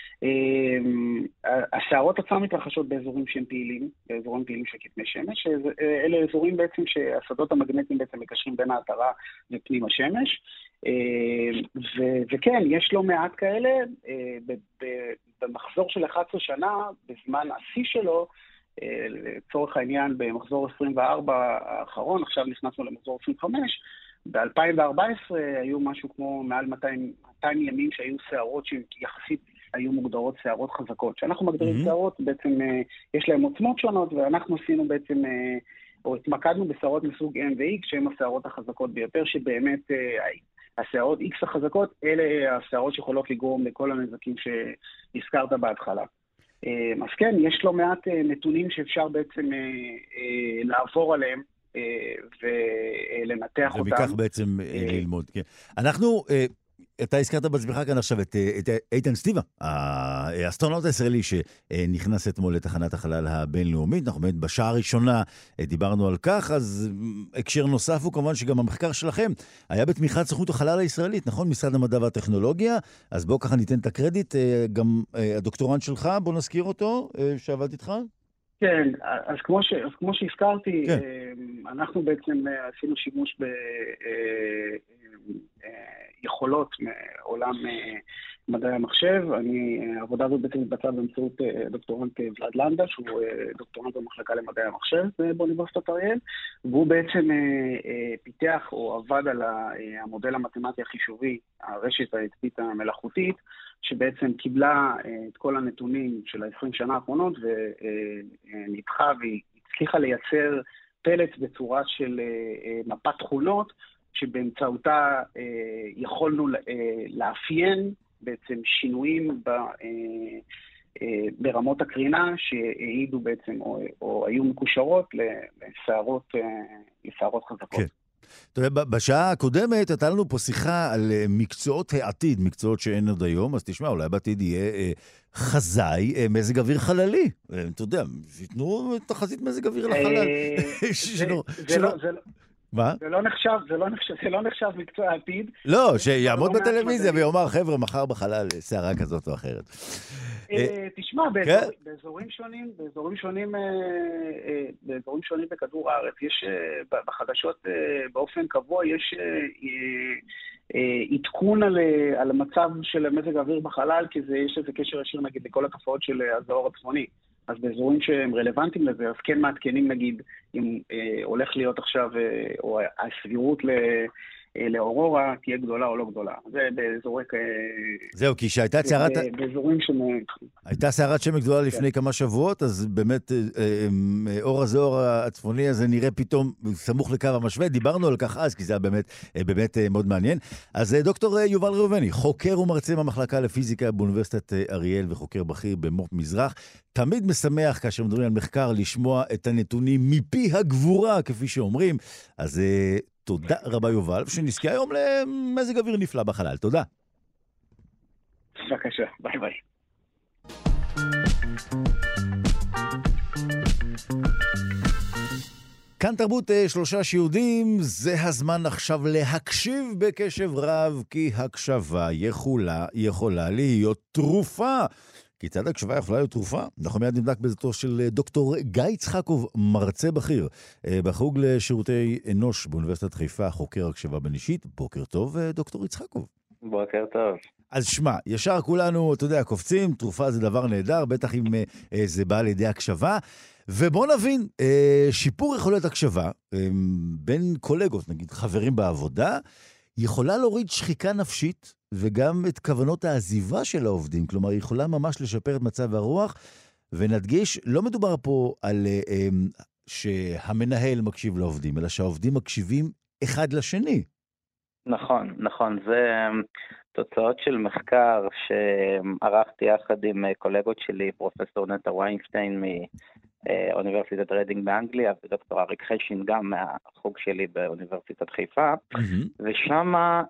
השערות עצמם מתרחשות באזורים שהם פעילים, באזורים פעילים של כתמי שמש, אלה אזורים בעצם שהשדות המגנטיים בעצם מקשרים בין האתרה ופנים השמש, ו- וכן, יש לא מעט כאלה, במחזור של אחת עשרה שנה, בזמן השיא שלו, לצורך העניין במחזור עשרים וארבע האחרון, עכשיו נכנסנו למחזור עשרים וחמש, ב-אלפיים וארבע עשרה היו משהו כמו מעל מאתיים ימים שהיו שערות שיחסית היו מוגדרות שערות חזקות. כשאנחנו מגדירים mm-hmm. שערות, בעצם יש להם עוצמות שונות, ואנחנו עשינו בעצם, או התמקדנו בשערות מסוג M ו-X, שהן השערות החזקות ביותר, שבאמת השערות X החזקות, אלה השערות שיכולות לגרום לכל הנזקים שהזכרת בהתחלה. אז כן, יש לא מעט נתונים שאפשר בעצם לעבור עליהם ולנתח אותם. ומכך בעצם ללמוד, כן. אנחנו, אתה הזכרת בעצמך כאן עכשיו את איתן סטיבה, האסטרונאוט הישראלי שנכנס אתמול לתחנת החלל הבינלאומית. אנחנו באמת בשעה הראשונה דיברנו על כך, אז הקשר נוסף הוא כמובן שגם המחקר שלכם היה בתמיכת סוכנות החלל הישראלית, נכון? משרד המדע והטכנולוגיה, אז בואו ככה ניתן את הקרדיט, גם הדוקטורנט שלך, בוא נזכיר אותו, שעבד איתך. כן, אז כמו, ש, אז כמו שהזכרתי, כן. אנחנו בעצם עשינו שימוש ב... יכולות מעולם מדעי המחשב. אני, העבודה הזאת בעצם מתבצעה באמצעות דוקטורנט ולד לנדה, שהוא דוקטורנט במחלקה למדעי המחשב באוניברסיטת אריאל, והוא בעצם פיתח או עבד על המודל המתמטי החישובי, הרשת העצבית המלאכותית, שבעצם קיבלה את כל הנתונים של ה-עשרים שנה האחרונות וניתחה והיא הצליחה לייצר פלט בצורה של מפת תכונות, שבאמצעותה אה, יכולנו אה, לאפיין בעצם שינויים ב, אה, אה, ברמות הקרינה שהעידו בעצם או, או היו מקושרות לשערות, אה, לשערות חזקות. כן. אתה יודע, בשעה הקודמת הייתה לנו פה שיחה על מקצועות העתיד, מקצועות שאין עוד היום, אז תשמע, אולי בעתיד יהיה אה, חזאי, אה, מזג אוויר חללי. אה, אתה יודע, שיתנו תחזית מזג אוויר לחלל. אה, שלא, זה, זה לא... זה לא... מה? זה לא נחשב, זה לא נחשב, זה לא נחשב מקצוע העתיד. לא, שיעמוד בטלוויזיה ויאמר, חבר'ה, מחר בחלל שערה כזאת או אחרת. תשמע, באזורים שונים, באזורים שונים, באזורים שונים בכדור הארץ, יש בחדשות באופן קבוע, יש עדכון על המצב של מזג האוויר בחלל, כי יש איזה קשר ישיר, נגיד, לכל התופעות של הזוהר הצפוני. אז באזורים שהם רלוונטיים לזה, אז כן מעדכנים, נגיד, אם אה, הולך להיות עכשיו, אה, או הסבירות ל, אה, לאורורה תהיה גדולה או לא גדולה. זה באזורי... אה, זהו, כי שהייתה צערת... באזורים ש... הייתה שערת שמש גדולה כן. לפני כמה שבועות, אז באמת אה, אה, אור הזוהר הצפוני הזה נראה פתאום סמוך לקו המשווה. דיברנו על כך אז, כי זה היה באמת, אה, באמת אה, מאוד מעניין. אז אה, דוקטור אה, יובל ראובני, חוקר ומרצה במחלקה לפיזיקה באוניברסיטת אה, אריאל וחוקר בכיר במו"פ מזרח. תמיד משמח כאשר מדברים על מחקר לשמוע את הנתונים מפי הגבורה, כפי שאומרים. אז uh, תודה רבה יובל, שנזכה היום למזג אוויר נפלא בחלל. תודה. בבקשה, ביי ביי. כאן תרבות שלושה שיודעים, זה הזמן עכשיו להקשיב בקשב רב, כי הקשבה יכולה, יכולה להיות תרופה. כיצד הקשבה יכולה להיות תרופה? אנחנו מיד נבדק בזאתו של דוקטור גיא יצחקוב, מרצה בכיר בחוג לשירותי אנוש באוניברסיטת חיפה, חוקר הקשבה בין-אישית. בוקר טוב, דוקטור יצחקוב. בוקר טוב. אז שמע, ישר כולנו, אתה יודע, קופצים, תרופה זה דבר נהדר, בטח אם אה, זה בא לידי הקשבה. ובוא נבין, אה, שיפור יכולת הקשבה אה, בין קולגות, נגיד חברים בעבודה, יכולה להוריד שחיקה נפשית וגם את כוונות העזיבה של העובדים. כלומר, היא יכולה ממש לשפר את מצב הרוח, ונדגיש, לא מדובר פה על אה, אה, שהמנהל מקשיב לעובדים, אלא שהעובדים מקשיבים אחד לשני. נכון, נכון. זה תוצאות של מחקר שערכתי יחד עם קולגות שלי, פרופסור נטע ויינשטיין מאוניברסיטת רדינג באנגליה, ודוקטור אריק חשין גם מהחוג שלי באוניברסיטת חיפה, ושם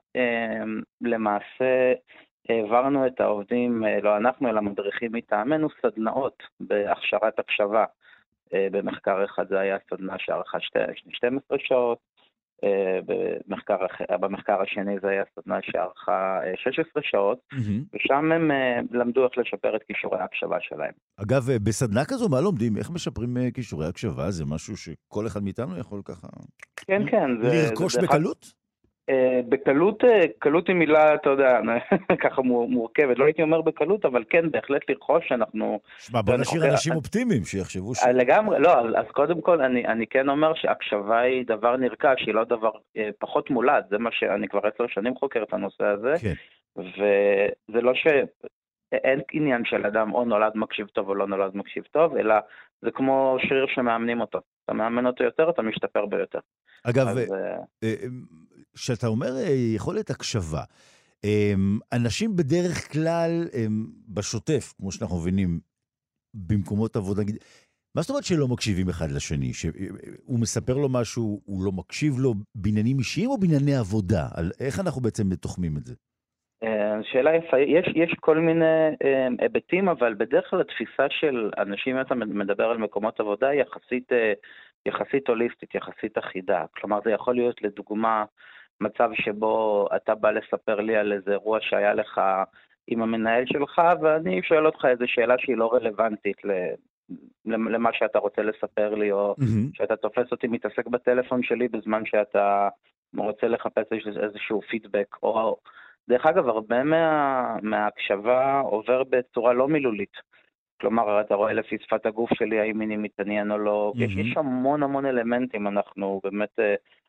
למעשה העברנו את העובדים, לא אנחנו אלא מדריכים מטעמנו, סדנאות בהכשרת הקשבה. במחקר אחד זה היה סדנה שערכה שתים עשרה שעות, במחקר, במחקר השני זה היה סדנה שערכה שש עשרה שעות, mm-hmm. ושם הם למדו איך לשפר את כישורי ההקשבה שלהם. אגב, בסדנה כזו מה לומדים? איך משפרים כישורי ההקשבה? זה משהו שכל אחד מאיתנו יכול ככה... כן, כן. לרכוש זה, בקלות? זה... בקלות, קלות היא מילה, אתה יודע, ככה מורכבת, לא הייתי אומר בקלות, אבל כן, בהחלט לרכוש שאנחנו... שמע, בוא נשאיר אנשים אופטימיים שיחשבו ש... לגמרי, לא, אז קודם כל אני, אני כן אומר שהקשבה היא דבר נרכש, היא לא דבר פחות מולד, זה מה שאני כבר עשר שנים חוקר את הנושא הזה, כן. וזה לא ש... אין עניין של אדם או נולד מקשיב טוב או לא נולד מקשיב טוב, אלא זה כמו שריר שמאמנים אותו. אתה מאמן אותו יותר, אתה משתפר ביותר. אגב, כשאתה אומר יכולת הקשבה, אנשים בדרך כלל בשוטף, כמו שאנחנו מבינים, במקומות עבודה, מה זאת אומרת שלא מקשיבים אחד לשני? שהוא מספר לו משהו, הוא לא מקשיב לו בעניינים אישיים או בענייני עבודה? איך אנחנו בעצם תוחמים את זה? שאלה יפה, יש, יש כל מיני היבטים, אבל בדרך כלל התפיסה של אנשים, אתה מדבר על מקומות עבודה, היא יחסית, יחסית הוליסטית, יחסית אחידה. כלומר, זה יכול להיות לדוגמה מצב שבו אתה בא לספר לי על איזה אירוע שהיה לך עם המנהל שלך, ואני שואל אותך איזו שאלה שהיא לא רלוונטית למה שאתה רוצה לספר לי, או mm-hmm. שאתה תופס אותי מתעסק בטלפון שלי בזמן שאתה רוצה לחפש איזשהו פידבק, או... דרך אגב, הרבה מה, מההקשבה עובר בצורה לא מילולית. כלומר, אתה רואה לפי שפת הגוף שלי, האם אני מתעניין או לא. Mm-hmm. יש, יש המון המון אלמנטים, אנחנו באמת...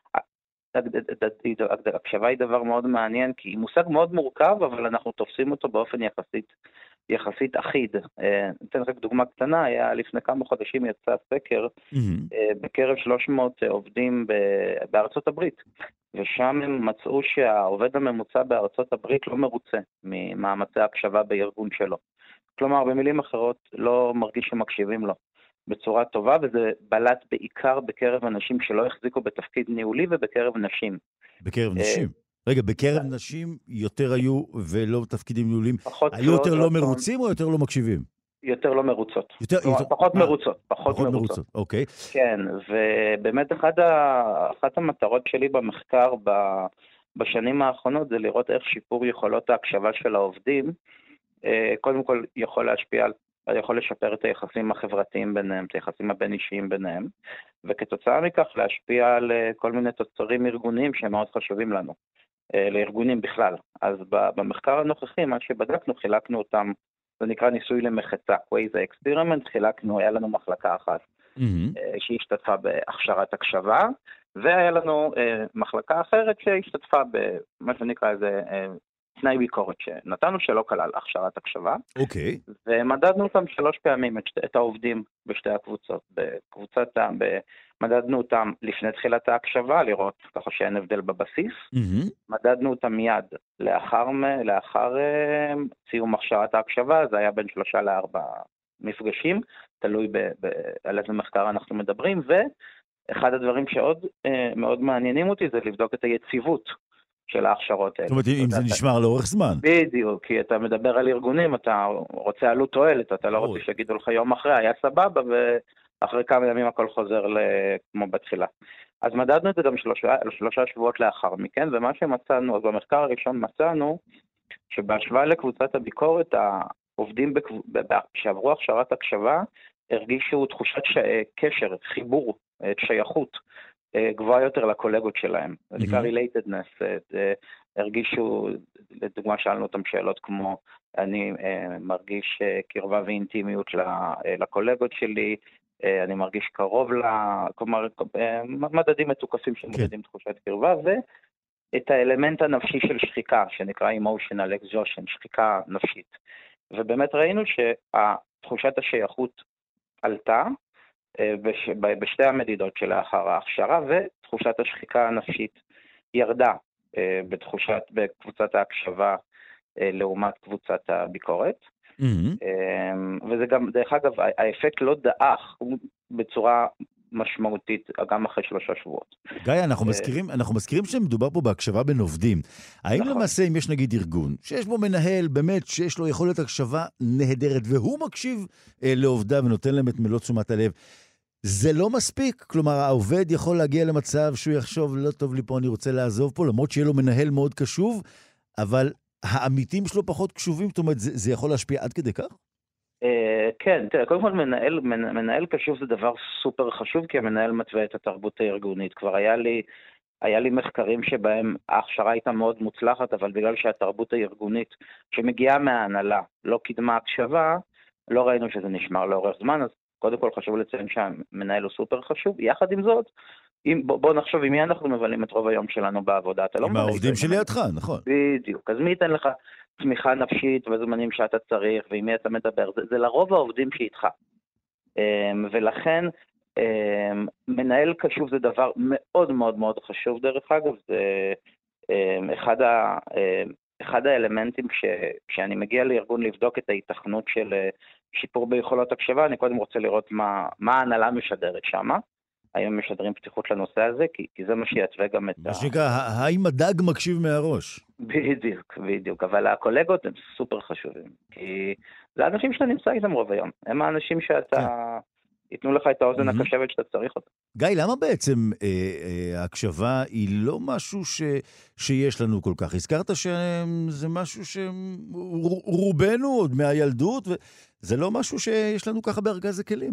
הקשבה היא דבר מאוד מעניין, כי היא מושג מאוד מורכב, אבל אנחנו תופסים אותו באופן יחסית, יחסית אחיד. ניתן רק דוגמה קטנה, היה לפני כמה חודשים יצא סקר, mm-hmm. בקרב שלוש מאות עובדים בארצות הברית, ושם הם מצאו שהעובד הממוצע בארצות הברית לא מרוצה ממאמצי ההקשבה בארגון שלו. כלומר, במילים אחרות, לא מרגיש שמקשיבים לו בצורה טובה, וזה בלט בעיקר בקרב אנשים שלא החזיקו בתפקיד ניהולי ובקרב נשים. בקרב נשים? רגע, בקרב נשים יותר היו ולא בתפקידים ניהוליים, היו יותר לא מרוצים או יותר לא מקשיבים? יותר לא מרוצות. יותר, יותר... פחות אה, מרוצות, פחות, פחות מרוצות. מרוצות. אוקיי. כן, ובאמת אחד ה... אחת המטרות שלי במחקר ב... בשנים האחרונות זה לראות איך שיפור יכולות ההקשבה של העובדים, קודם כל יכול להשפיע על יכול לשפר את היחסים החברתיים ביניהם, את היחסים הבין אישיים ביניהם, וכתוצאה מכך להשפיע על כל מיני תוצרים ארגוניים שהם מאוד חשובים לנו, לארגונים בכלל. אז במחקר הנוכחי, מה שבדקנו, חילקנו אותם, זה נקרא ניסוי למחצה, Quasi Experiment, חילקנו, היה לנו מחלקה אחת, mm-hmm. שהשתתפה בהכשרת הקשבה, והיה לנו מחלקה אחרת שהשתתפה במה שנקרא איזה... תנאי ביקורת שנתנו שלא כלל הכשרת הקשבה. אוקיי. Okay. ומדדנו אותם שלוש פעמים, את, את העובדים בשתי הקבוצות. בקבוצת, מדדנו אותם לפני תחילת ההקשבה, לראות ככה שאין הבדל בבסיס. Mm-hmm. מדדנו אותם מיד לאחר, לאחר סיום הכשרת ההקשבה, זה היה בין שלושה לארבע מפגשים, תלוי ב, ב, על איזה מחקר אנחנו מדברים, ואחד הדברים שעוד מאוד מעניינים אותי זה לבדוק את היציבות. של ההכשרות האלה. זאת אומרת, אם זה נשמר לאורך זמן. בדיוק, כי אתה מדבר על ארגונים, אתה רוצה עלות תועלת, אתה לא רוצה שיגידו לך יום אחרי, היה סבבה, ואחרי כמה ימים הכל חוזר כמו בתחילה. אז מדדנו את זה גם שלושה, שלושה שבועות לאחר מכן, ומה שמצאנו, אז במחקר הראשון מצאנו, שבהשוואה לקבוצת הביקורת, העובדים שעברו הכשרת הקשבה, הרגישו תחושת קשר, חיבור, שייכות, גבוהה יותר לקולגות שלהם. זה נקרא relatedness, הרגישו, לדוגמה שאלנו אותם שאלות כמו, אני מרגיש קרבה ואינטימיות לקולגות שלי, אני מרגיש קרוב לה, כלומר, מדדים מתוקפים שמודדים תחושת קרבה, ואת האלמנט הנפשי של שחיקה, שנקרא emotional exhaustion, שחיקה נפשית. ובאמת ראינו שתחושת השייכות עלתה בש, בשתי המדידות שלאחר ההכשרה, ותחושת השחיקה הנפשית ירדה בתחושת, בקבוצת ההקשבה לעומת קבוצת הביקורת. Mm-hmm. וזה גם, דרך אגב, האפקט לא דאח בצורה משמעותית גם אחרי שלושה שבועות. גיא, אנחנו מזכירים, אנחנו מזכירים שמדובר פה בהקשבה בין עובדים. האם נכון. למעשה, אם יש נגיד ארגון, שיש בו מנהל באמת שיש לו יכולת הקשבה נהדרת, והוא מקשיב אה, לעובדיו ונותן להם את מלוא תשומת הלב, זה לא מספיק? כלומר, העובד יכול להגיע למצב שהוא יחשוב, לא טוב לי פה, אני רוצה לעזוב פה, למרות שיהיה לו מנהל מאוד קשוב, אבל העמיתים שלו פחות קשובים, זאת אומרת, זה, זה יכול להשפיע עד כדי כך? כן, תראה, קודם כל מנהל, מנהל קשוב זה דבר סופר חשוב, כי המנהל מתווה את התרבות הארגונית. כבר היה לי, היה לי מחקרים שבהם ההכשרה הייתה מאוד מוצלחת, אבל בגלל שהתרבות הארגונית שמגיעה מההנהלה לא קידמה הקשבה, לא ראינו שזה נשמר לאורך זמן, אז קודם כל חשוב לציין שהמנהל הוא סופר חשוב. יחד עם זאת, אם, בוא, בוא נחשוב עם מי אנחנו מבלים את רוב היום שלנו בעבודה. עם לא העובדים שלידך, נכון. בדיוק, אז מי ייתן לך תמיכה נפשית בזמנים שאתה צריך, ועם מי אתה מדבר, זה, זה לרוב העובדים שאיתך. ולכן, מנהל קשוב זה דבר מאוד מאוד מאוד חשוב, דרך אגב, זה אחד, ה, אחד האלמנטים ש, כשאני מגיע לארגון לבדוק את ההיתכנות של שיפור ביכולות הקשבה, אני קודם רוצה לראות מה, מה ההנהלה משדרת שמה, היום משדרים פתיחות לנושא הזה, כי, כי זה מה שיתווה גם את מה שנקרא, האם הדג מקשיב מהראש? בדיוק, בדיוק, אבל הקולגות הם סופר חשובים, כי זה האנשים שאתה נמצא איתם רוב היום, הם האנשים שאתה, ייתנו לך את האוזן הקשבת שאתה צריך אותה. גיא, למה בעצם ההקשבה היא לא משהו שיש לנו כל כך? הזכרת שזה משהו שרובנו עוד מהילדות, וזה לא משהו שיש לנו ככה בארגז הכלים.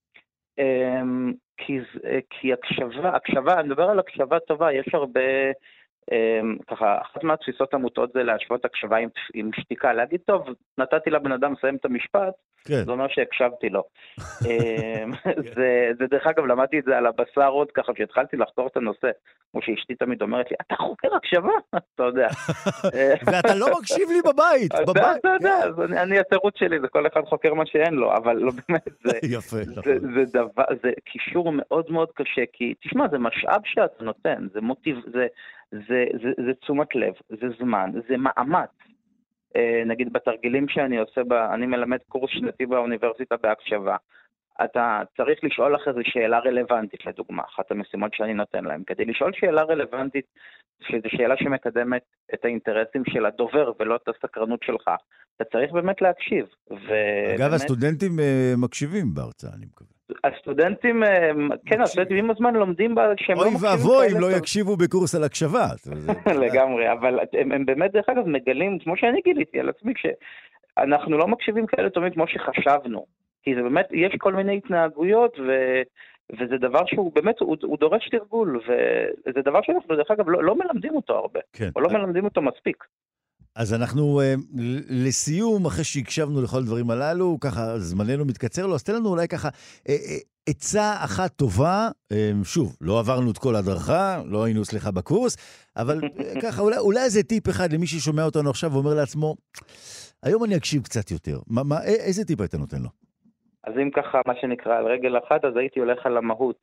כי, כי הקשבה, הקשבה, אני מדבר על הקשבה טובה, יש הרבה, ככה, אחת מהתפיסות המוטעות זה להשוות הקשבה עם, עם שתיקה, להגיד, טוב, נתתי לבן אדם לסיים את המשפט, כן. זה אומר שהקשבתי לו. זה, זה דרך אגב, למדתי את זה על הבשר עוד ככה, כשהתחלתי לחקור את הנושא, כמו שאשתי תמיד אומרת לי, אתה חוקר הקשבה? אתה יודע. ואתה לא מקשיב לי בבית. בבית. אתה יודע, אז אני, אני התירוץ שלי, זה כל אחד חוקר מה שאין לו, אבל לא באמת, זה, יפה, זה, זה דבר, זה קישור מאוד מאוד קשה, כי תשמע, זה משאב שאתה נותן, זה מוטיב, זה, זה, זה, זה תשומת לב, זה זמן, זה מאמץ. נגיד בתרגילים שאני עושה, אני מלמד קורס שנתי באוניברסיטה בהקשבה. אתה צריך לשאול לך איזו שאלה רלוונטית, לדוגמה, אחת המשימות שאני נותן להם. כדי לשאול שאלה רלוונטית, שזו שאלה שמקדמת את האינטרסים של הדובר ולא את הסקרנות שלך, אתה צריך באמת להקשיב. אגב, הסטודנטים מקשיבים בהרצאה, אני מקווה. הסטודנטים, כן, הסטודנטים עם הזמן לומדים שהם לא מקשיבים. אוי ואבוי, אם לא יקשיבו בקורס על הקשבה. לגמרי, אבל הם באמת, דרך אגב, מגלים, כמו שאני גיליתי על עצמי, שאנחנו לא מקשיבים כאלה טובים כמו שחשבנו. כי זה באמת, יש כל מיני התנהגויות, ו, וזה דבר שהוא באמת, הוא, הוא דורש תרגול, וזה דבר שאנחנו, דרך אגב, לא, לא מלמדים אותו הרבה, כן. או לא מלמדים אותו מספיק. אז אנחנו, לסיום, אחרי שהקשבנו לכל הדברים הללו, ככה זמננו מתקצר לו, אז תן לנו אולי ככה, עצה אחת טובה, שוב, לא עברנו את כל הדרכה, לא היינו סליחה בקורס, אבל ככה, אולי, אולי איזה טיפ אחד למי ששומע אותנו עכשיו ואומר לעצמו, היום אני אקשיב קצת יותר. מה, מה, איזה טיפ היית נותן לו? אז אם ככה, מה שנקרא על רגל אחת, אז הייתי הולך על המהות.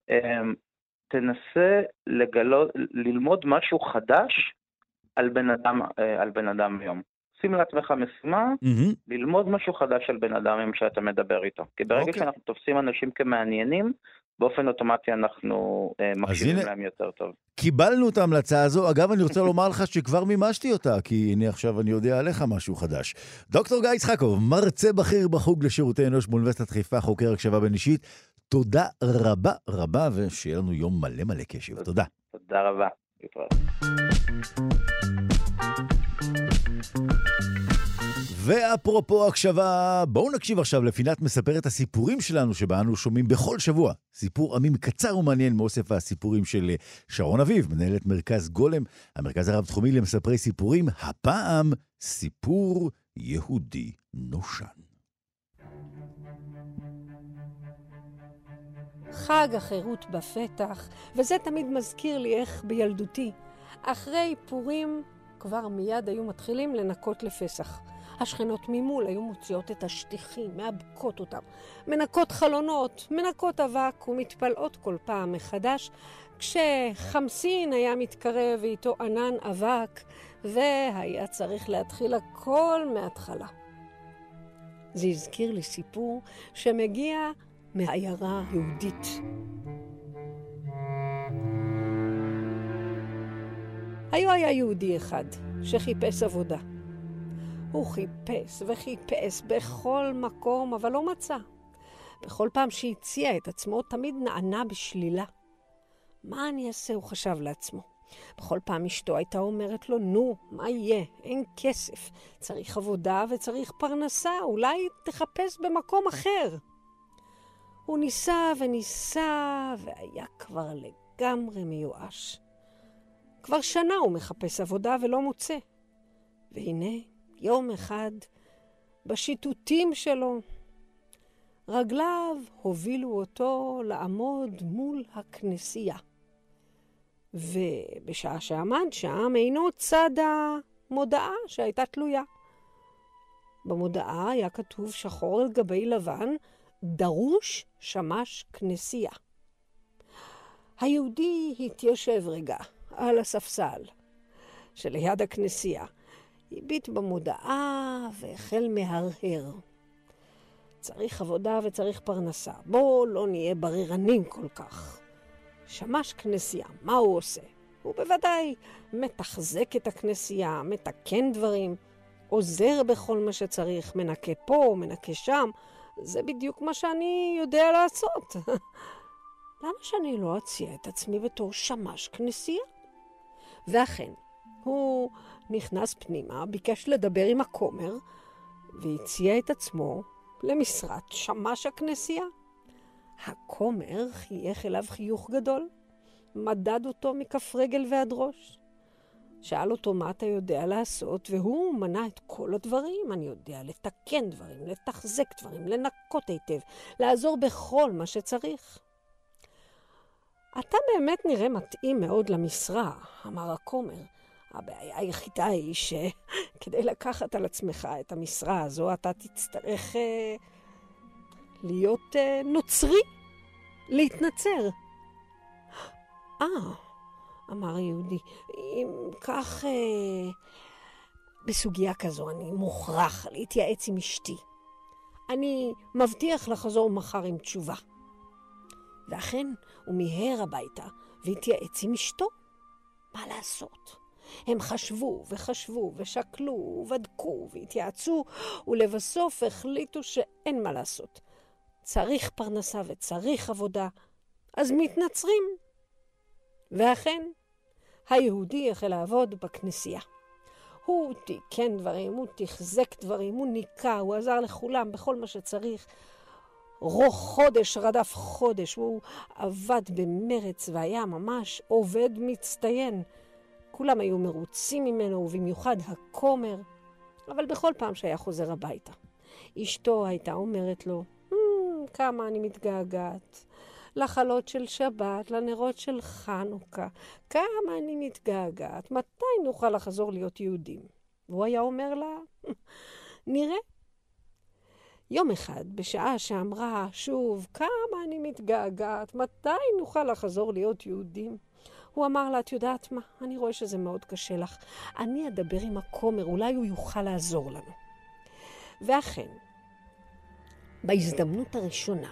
תנסה לגלות, ללמוד משהו חדש על בן אדם, על בן אדם היום. שים לעצמך משימה, mm-hmm. ללמוד משהו חדש על בן אדם עם שאתה מדבר איתו. כי ברגע okay. שאנחנו תופסים אנשים כמעניינים, באופן אוטומטי אנחנו מקשיבים הנה, להם יותר טוב. קיבלנו את ההמלצה הזו. אגב, אני רוצה לומר לך שכבר מימשתי אותה, כי הנה עכשיו אני יודע עליך משהו חדש. דוקטור גיא יצחקוב, מרצה בכיר בחוג לשירותי אנוש באוניברסיטת חיפה, חוקר הקשבה בין אישית. תודה רבה רבה, ושיהיה לנו יום מלא מלא קשב. תודה. תודה רבה. ואפרופו הקשבה, בואו נקשיב עכשיו לפינת מספרת הסיפורים שלנו, שבה אנו שומעים בכל שבוע סיפור עמים קצר ומעניין מאוסף הסיפורים של שרון אביב, מנהלת מרכז גולם, המרכז הרב-תחומי למספרי סיפורים, הפעם סיפור יהודי נושן. חג החירות בפתח, וזה תמיד מזכיר לי איך בילדותי, אחרי פורים כבר מיד היו מתחילים לנקות לפסח. השכנות ממול היו מוציאות את השטיחים, מאבקות אותם, מנקות חלונות, מנקות אבק ומתפלאות כל פעם מחדש, כשחמסין היה מתקרב ואיתו ענן אבק, והיה צריך להתחיל הכל מההתחלה. זה הזכיר לי סיפור שמגיע מעיירה יהודית. היו היה יהודי אחד שחיפש עבודה. הוא חיפש וחיפש בכל מקום, אבל לא מצא. בכל פעם שהציע את עצמו, תמיד נענה בשלילה. מה אני אעשה? הוא חשב לעצמו. בכל פעם אשתו הייתה אומרת לו, נו, מה יהיה? אין כסף. צריך עבודה וצריך פרנסה. אולי תחפש במקום אחר. הוא ניסה וניסה, והיה כבר לגמרי מיואש. כבר שנה הוא מחפש עבודה ולא מוצא. והנה, יום אחד, בשיטוטים שלו, רגליו הובילו אותו לעמוד מול הכנסייה. ובשעה שעמד שם, אינו צד המודעה שהייתה תלויה. במודעה היה כתוב שחור על גבי לבן, דרוש שמש כנסייה. היהודי התיישב רגע על הספסל שליד הכנסייה, הביט במודעה והחל מהרהר. צריך עבודה וצריך פרנסה. בואו לא נהיה בררנים כל כך. שמש כנסייה, מה הוא עושה? הוא בוודאי מתחזק את הכנסייה, מתקן דברים, עוזר בכל מה שצריך, מנקה פה, מנקה שם. זה בדיוק מה שאני יודע לעשות. למה שאני לא אציע את עצמי בתור שמש כנסייה? ואכן, הוא נכנס פנימה, ביקש לדבר עם הכומר, והציע את עצמו למשרת שמש הכנסייה. הכומר חייך אליו חיוך גדול, מדד אותו מכף רגל ועד ראש. שאל אותו מה אתה יודע לעשות, והוא מנה את כל הדברים. אני יודע לתקן דברים, לתחזק דברים, לנקות היטב, לעזור בכל מה שצריך. אתה באמת נראה מתאים מאוד למשרה, אמר הכומר. הבעיה היחידה היא שכדי לקחת על עצמך את המשרה הזו, אתה תצטרך אה, להיות אה, נוצרי, להתנצר. אה, אמר היהודי, אם כך, אה, בסוגיה כזו אני מוכרח להתייעץ עם אשתי. אני מבטיח לחזור מחר עם תשובה. ואכן הוא מיהר הביתה והתייעץ עם אשתו. מה לעשות? הם חשבו וחשבו ושקלו ובדקו והתייעצו, ולבסוף החליטו שאין מה לעשות. צריך פרנסה וצריך עבודה, אז מתנצרים. ואכן, היהודי החל לעבוד בכנסייה. הוא תיקן דברים, הוא תחזק דברים, הוא ניקה, הוא עזר לכולם בכל מה שצריך. רוך חודש רדף חודש, הוא עבד במרץ והיה ממש עובד מצטיין. כולם היו מרוצים ממנו, ובמיוחד הכומר. אבל בכל פעם שהיה חוזר הביתה, אשתו הייתה אומרת לו, hmm, כמה אני מתגעגעת. לחלות של שבת, לנרות של חנוכה, כמה אני מתגעגעת. מתי נוכל לחזור להיות יהודים? והוא היה אומר לה, נראה. יום אחד, בשעה שאמרה שוב, כמה אני מתגעגעת, מתי נוכל לחזור להיות יהודים? הוא אמר לה, את יודעת מה? אני רואה שזה מאוד קשה לך. אני אדבר עם הכומר, אולי הוא יוכל לעזור לנו. ואכן, בהזדמנות הראשונה,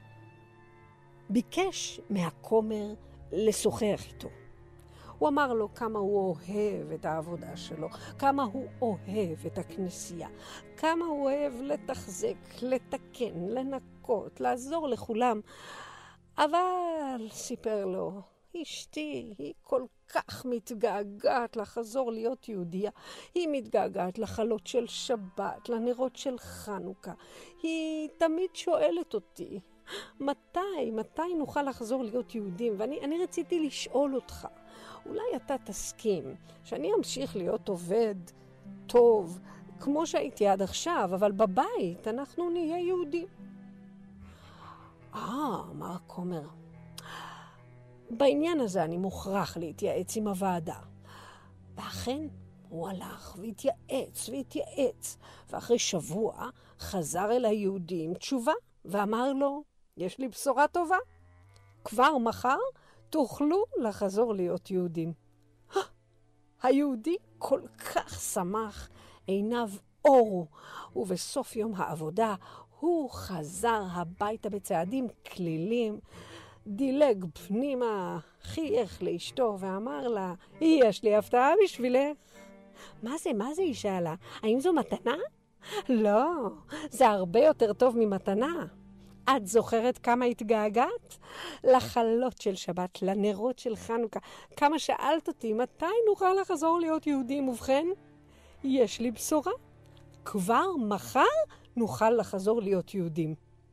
ביקש מהכומר לשוחח איתו. הוא אמר לו כמה הוא אוהב את העבודה שלו, כמה הוא אוהב את הכנסייה, כמה הוא אוהב לתחזק, לתקן, לנקות, לעזור לכולם. אבל, סיפר לו, אשתי, היא כל כך מתגעגעת לחזור להיות יהודיה. היא מתגעגעת לחלות של שבת, לנרות של חנוכה. היא תמיד שואלת אותי, מתי, מתי נוכל לחזור להיות יהודים? ואני אני רציתי לשאול אותך, אולי אתה תסכים שאני אמשיך להיות עובד טוב, כמו שהייתי עד עכשיו, אבל בבית אנחנו נהיה יהודים. אה, אמר כומר, בעניין הזה אני מוכרח להתייעץ עם הוועדה. ואכן הוא הלך והתייעץ והתייעץ, ואחרי שבוע חזר אל היהודי עם תשובה ואמר לו, יש לי בשורה טובה, כבר מחר תוכלו לחזור להיות יהודים. היהודי כל כך שמח, עיניו אורו, ובסוף יום העבודה הוא חזר הביתה בצעדים כלילים, דילג פנימה, חייך לאשתו ואמר לה, יש לי הפתעה בשבילך. מה זה, מה זה, היא שאלה? האם זו מתנה? לא, זה הרבה יותר טוב ממתנה. את זוכרת כמה התגעגעת? לחלות של שבת, לנרות של חנוכה. כמה שאלת אותי, מתי נוכל לחזור להיות יהודים? ובכן, יש לי בשורה. כבר מחר נוכל לחזור להיות יהודים.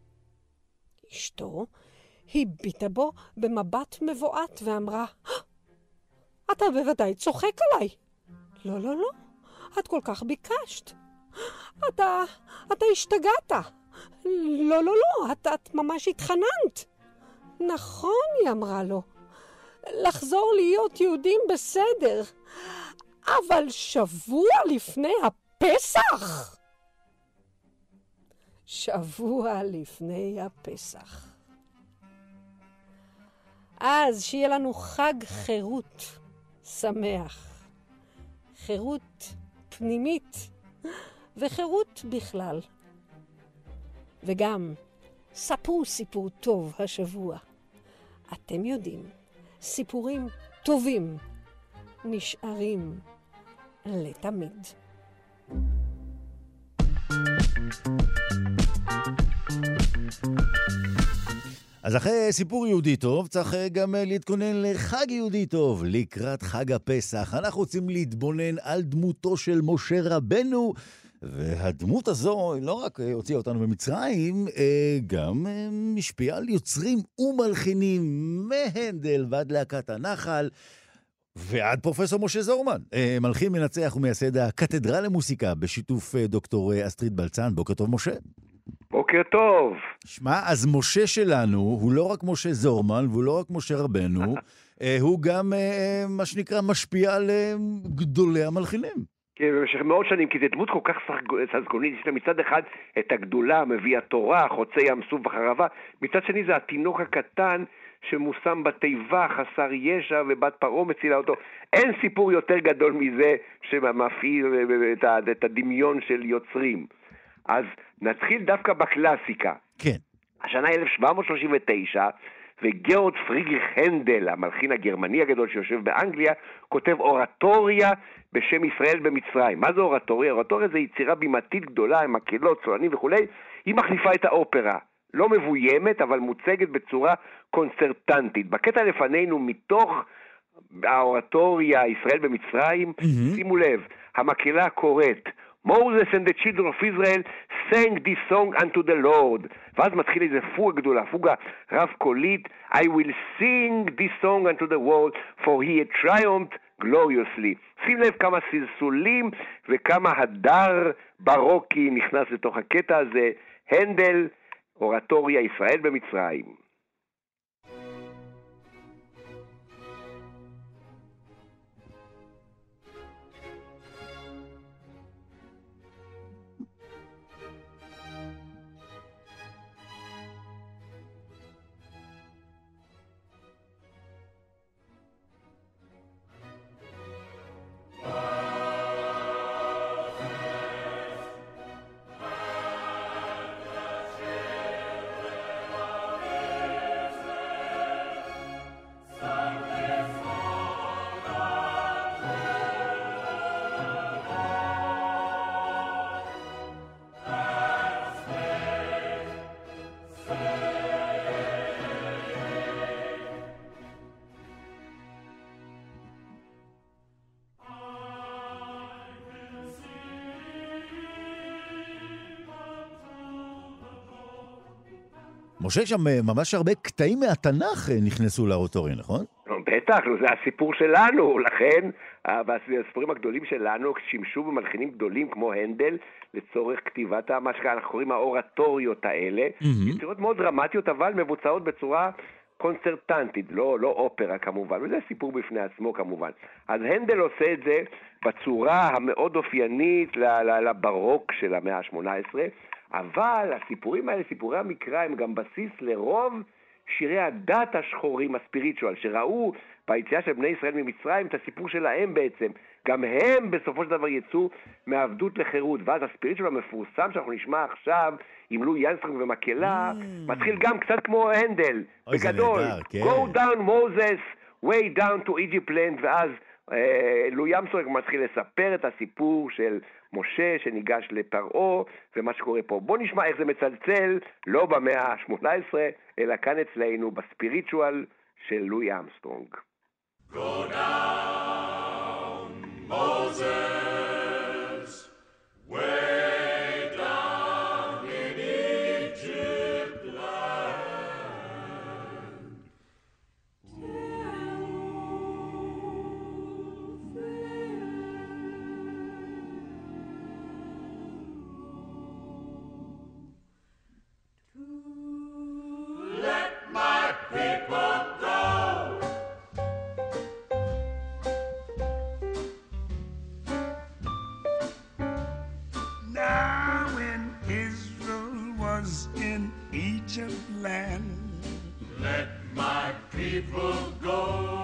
אשתו הביטה בו במבט מבועת ואמרה, אתה בוודאי צוחק עליי. לא, לא, לא, את כל כך ביקשת. אתה, אתה השתגעת. לא, לא, לא, את, את ממש התחננת. נכון, היא אמרה לו. לחזור להיות יהודים בסדר. אבל שבוע לפני הפסח. שבוע לפני הפסח. אז שיהיה לנו חג חירות שמח. חירות פנימית וחירות בכלל. וגם ספרו סיפור טוב השבוע. אתם יודעים, סיפורים טובים נשארים לתמיד. אז אחרי סיפור יהודי טוב, צריך גם להתכונן לחג יהודי טוב. לקראת חג הפסח, אנחנו רוצים להתבונן על דמותו של משה רבנו, והדמות הזו לא רק הוציאה אותנו במצרים, גם משפיעה על יוצרים ומלחינים, מהנדל ועד להקת הנחל, ועד פרופסור משה זורמן, מלחין מנצח ומייסד הקתדרה למוסיקה, בשיתוף דוקטור אסטרית בלצן. בוקר טוב, משה. בוקר טוב. שמע, אז משה שלנו הוא לא רק משה זורמן, והוא לא רק משה רבנו, הוא גם, מה שנקרא, משפיע על גדולי המלחינים. כן, במשך מאות שנים, כי זה דמות כל כך ססגונית, יש לה מצד אחד את הגדולה, מביא התורה, חוצה ים סוף וחרבה, מצד שני זה התינוק הקטן שמושם בתיבה, חסר ישע, ובת פרעה מצילה אותו. אין סיפור יותר גדול מזה שמפעיל את הדמיון של יוצרים. אז נתחיל דווקא בקלאסיקה. כן. השנה אלף שבע מאות שלושים ותשע, וגאורד פרידריך הנדל, המלחין הגרמני הגדול שיושב באנגליה, כותב אורטוריה בשם ישראל במצרים. מה זה אורטוריה? אורטוריה זה יצירה בימתית גדולה, עם מקהלות, צוענים וכו'. היא מחליפה את האופרה. לא מבוימת, אבל מוצגת בצורה קונצרטנטית. בקטע לפנינו, מתוך האורטוריה ישראל במצרים, mm-hmm. שימו לב, המקהלה קוראת, Moses and the children of Israel sang this song unto the Lord. ואז מתחיל איזה פוגה גדולה, פוגה רב קולית, I will sing this song unto the world, for he had triumphed gloriously. שים לב כמה סלסולים וכמה הדר ברוקי נכנס לתוך הקטע הזה. הנדל, אורטוריה ישראל במצרים. משה, שם ממש הרבה קטעים מהתנ"ך נכנסו לאוטוריה, נכון? בטח, זה הסיפור שלנו, לכן הספרים הגדולים שלנו שימשו במלחינים גדולים כמו הנדל לצורך כתיבת מה שאנחנו קוראים האורטוריות האלה, יצירות מאוד דרמטיות אבל מבוצעות בצורה קונצרטנטית, לא, לא אופרה כמובן, וזה סיפור בפני עצמו כמובן. אז הנדל עושה את זה בצורה המאוד אופיינית לברוק של המאה ה-שמונה עשרה, אבל הסיפורים האלה, סיפורי המקרא, הם גם בסיס לרוב שירי הדת השחורים, הספיריטואל, שראו ביציאה של בני ישראל ממצרים את הסיפור שלהם בעצם. גם הם בסופו של דבר יצאו מעבדות לחירות, ואז הספיריטואל המפורסם שאנחנו נשמע עכשיו, עם לו ינסטרונג ומקהלה, mm. מתחיל גם קצת כמו הנדל, בגדול. נהדר, כן. Go down Moses, way down to Egypt land, ואז אה, לו ינסטרונג מתחיל לספר את הסיפור של משה שניגש לפרעה, ומה שקורה פה. בוא נשמע איך זה מצלצל, לא במאה ה-שמונה עשרה, אלא כאן אצלנו, בספיריטואל של לואי אמסטרונג. Go down, Moses, way down in Egypt land. Let my people go. Now when Israel was in Egypt land, let my people go.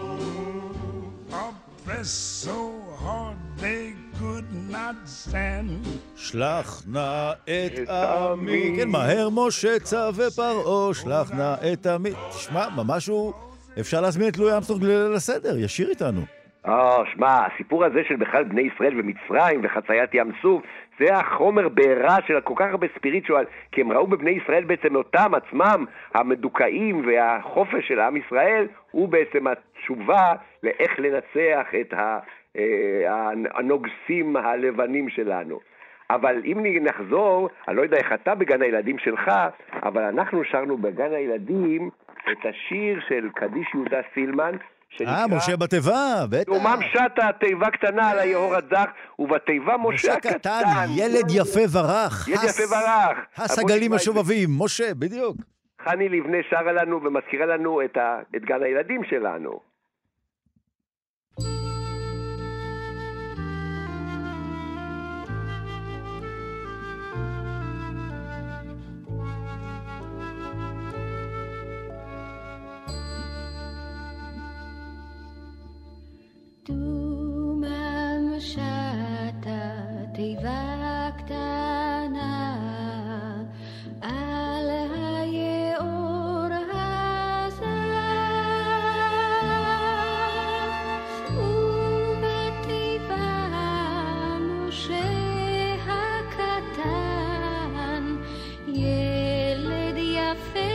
Oppressed so hard they could not stand. שלח נא את עמי. כן, מהר משה צווה פרעה, שלח נא את עמי. תשמע, משהו, אפשר להזמין את לואי אמסטרונג לסדר, ישיר איתנו. אה, שמע, הסיפור הזה של בכלל בני ישראל ומצרים וחציית ים סוף, זה החומר בעירה של כל כך הרבה ספיריטואל, כי הם ראו בבני ישראל בעצם אותם עצמם, המדוכאים והחופש של עם ישראל, הוא בעצם התשובה לאיך לנצח את הנוגסים הלבנים שלנו. אבל אם נחזור, אני לא יודע איך אתה בגן הילדים שלך, אבל אנחנו שרנו בגן הילדים את השיר של קדיש יהודה סילמן, אה, משה בתיבה, בטח. אומם שטה, תיבה קטנה על היהור הדח, ובתיבה משה הקטן. ילד יפה ורח. ילד יפה ורח. הסגלים השובבים, משה, בדיוק. חני לבנה שרה לנו ומזכירה לנו את, ה, את גן הילדים שלנו. דומם שטה תיבה קטנה על היאור הזך ובתיבה משה הקטן ילד יפה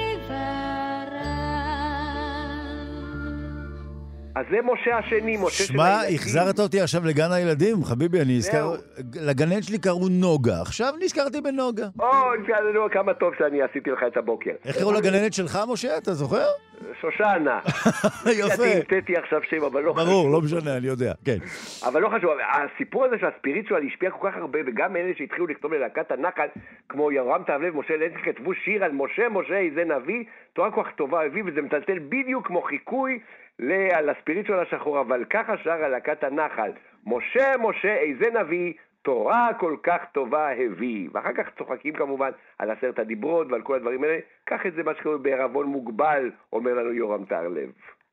אז זה משה השני, משה של הילדים. שמע, החזרת אותי עכשיו לגן הילדים, חביבי, אני נזכר... לגנן שלי קראו נוגה, עכשיו נזכרתי בנוגה. או, נזכרתי בנוגה, כמה טוב שאני עשיתי לך את הבוקר. איך קראו לגננת שלך, משה, אתה זוכר? שושנה. יפה. המצאתי עכשיו שם, אבל לא חשוב. ברור, לא משנה, אני יודע, כן. אבל לא חשוב, הסיפור הזה של הספיריטואל השפיע כל כך הרבה, וגם אלה שהתחילו לכתוב ללהקת הנחל, כמו ירם תהבלב, משה לנסקי, כתבו שיר על משה, משה, איזה נביא, תורה כל כך טובה הביא, וזה מטלטל בדיוק כמו חיקוי על הספיריטואל השחור, אבל ככה שר על להקת הנחל, משה, משה, איזה נביא, תורה כל כך טובה הביא. ואחר כך צוחקים כמובן על עשרת הדיברות ועל כל הדברים האלה. קח את זה מה שקורה בערבון מוגבל, אומר לנו יורם תהרלב.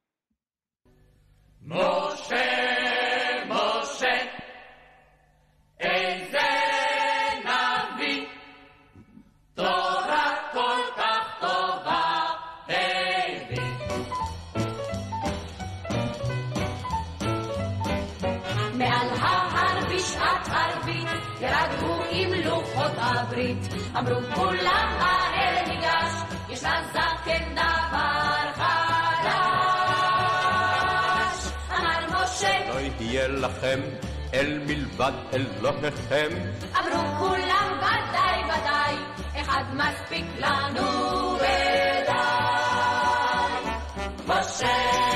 משה, משה, איזה נביא, תורה כל כך טובה הביא. מעל ההר בשעת ערבית ירדו עם לוחות הברית, אמרו כולם מהר ניגש, יש לזקן דבר חדש. אמר משה, לא יהיה לכם אל מלבד אלוהיכם, אמרו כולם ודאי ודאי, אחד מספיק לנו ו...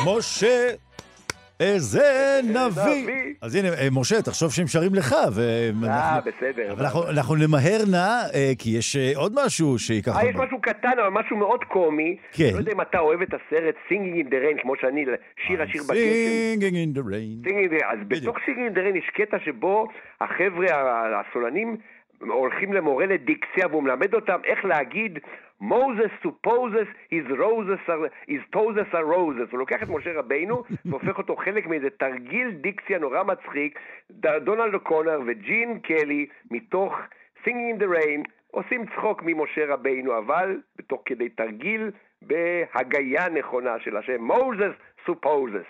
משה, איזה נביא. אז הנה, משה, תחשוב שהם שרים לך. אה, בסדר. אנחנו נמהר נא, כי יש עוד משהו שיקח... אה, יש משהו קטן, אבל משהו מאוד קומי. כן. לא יודע אם אתה אוהב את הסרט Singing in the Rain, כמו שאני, שיר השיר בקשם. Singing in the Rain. אז בתוך Singing in the Rain יש קטע שבו החבר'ה, הסולנים, הולכים למורה לדיקסיה, והוא מלמד אותם איך להגיד Moses supposes his roses are, his toes are roses. הוא לוקח את משה רבינו והופך אותו חלק מאיזה תרגיל דיקסיה נורא מצחיק. דונלד אוקונר וג'ין קלי מתוך Singing in the Rain עושים צחוק ממשה רבינו, אבל בתוך כדי תרגיל בהגייה נכונה של השם Moses supposes.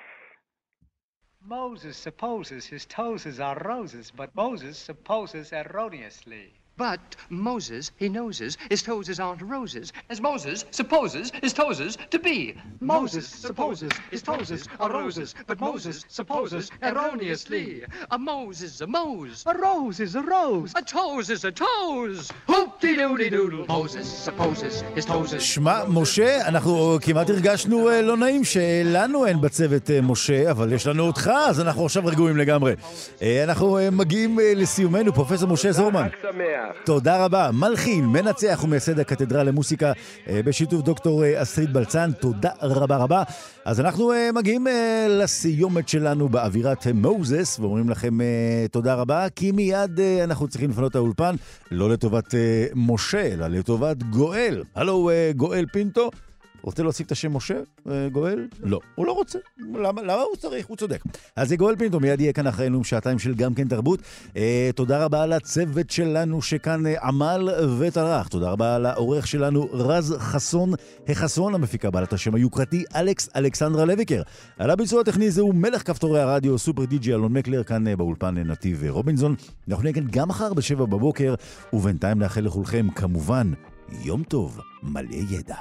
Moses supposes his toes are roses, but Moses supposes erroneously. But Moses, he noses, his toes aren't roses, as Moses supposes his toes to be. Moses supposes his toes are roses, but Moses supposes erroneously. A Mose is a Mose. A rose is a rose. A toes is a toes. Hoop-de-doodle-doodle. Moses supposes his toes. שמע, משה, אנחנו כמעט הרגשנו לא נעים שלנו אין בצוות משה, אבל יש לנו אותך, אז אנחנו עכשיו רגועים לגמרי. אנחנו מגיעים לסיומנו, פרופסור משה זורמן. תודה רבה. מלחין, מנצח ומייסד הקתדרה למוסיקה בשיתוף דוקטור אסטרית בלצן. תודה רבה רבה. אז אנחנו מגיעים לסיומת שלנו באווירת מוזס, ואומרים לכם תודה רבה, כי מיד אנחנו צריכים לפנות את האולפן, לא לטובת משה, אלא לטובת גואל. הלו, גואל פינטו. רוצה להוסיף את השם משה, גואל? לא, הוא לא רוצה. למה, למה הוא צריך? הוא צודק. אז זה גואל פינטו, מיד יהיה כאן אחרינו שעתיים של גם כן תרבות. אה, תודה רבה לצוות שלנו שכאן אה, עמל וטרח. תודה רבה לעורך שלנו רז חסון, החסון, המפיקה בעלת השם היוקרתי אלכס אלכסנדרה לויקר. על הביצוע הטכני זהו מלך כפתורי הרדיו, סופר די-ג'י אלון מקלר, כאן אה, באולפן נתיב רובינזון. אנחנו נהיה כאן גם מחר בשבע בבוקר, ובינתיים נאחל לכולכם כמובן יום טוב, מלא ידע.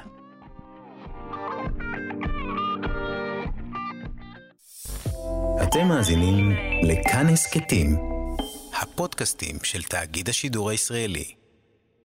אתם מאזינים לכאן הסכתים, הפודקאסטים של תאגיד השידור הישראלי.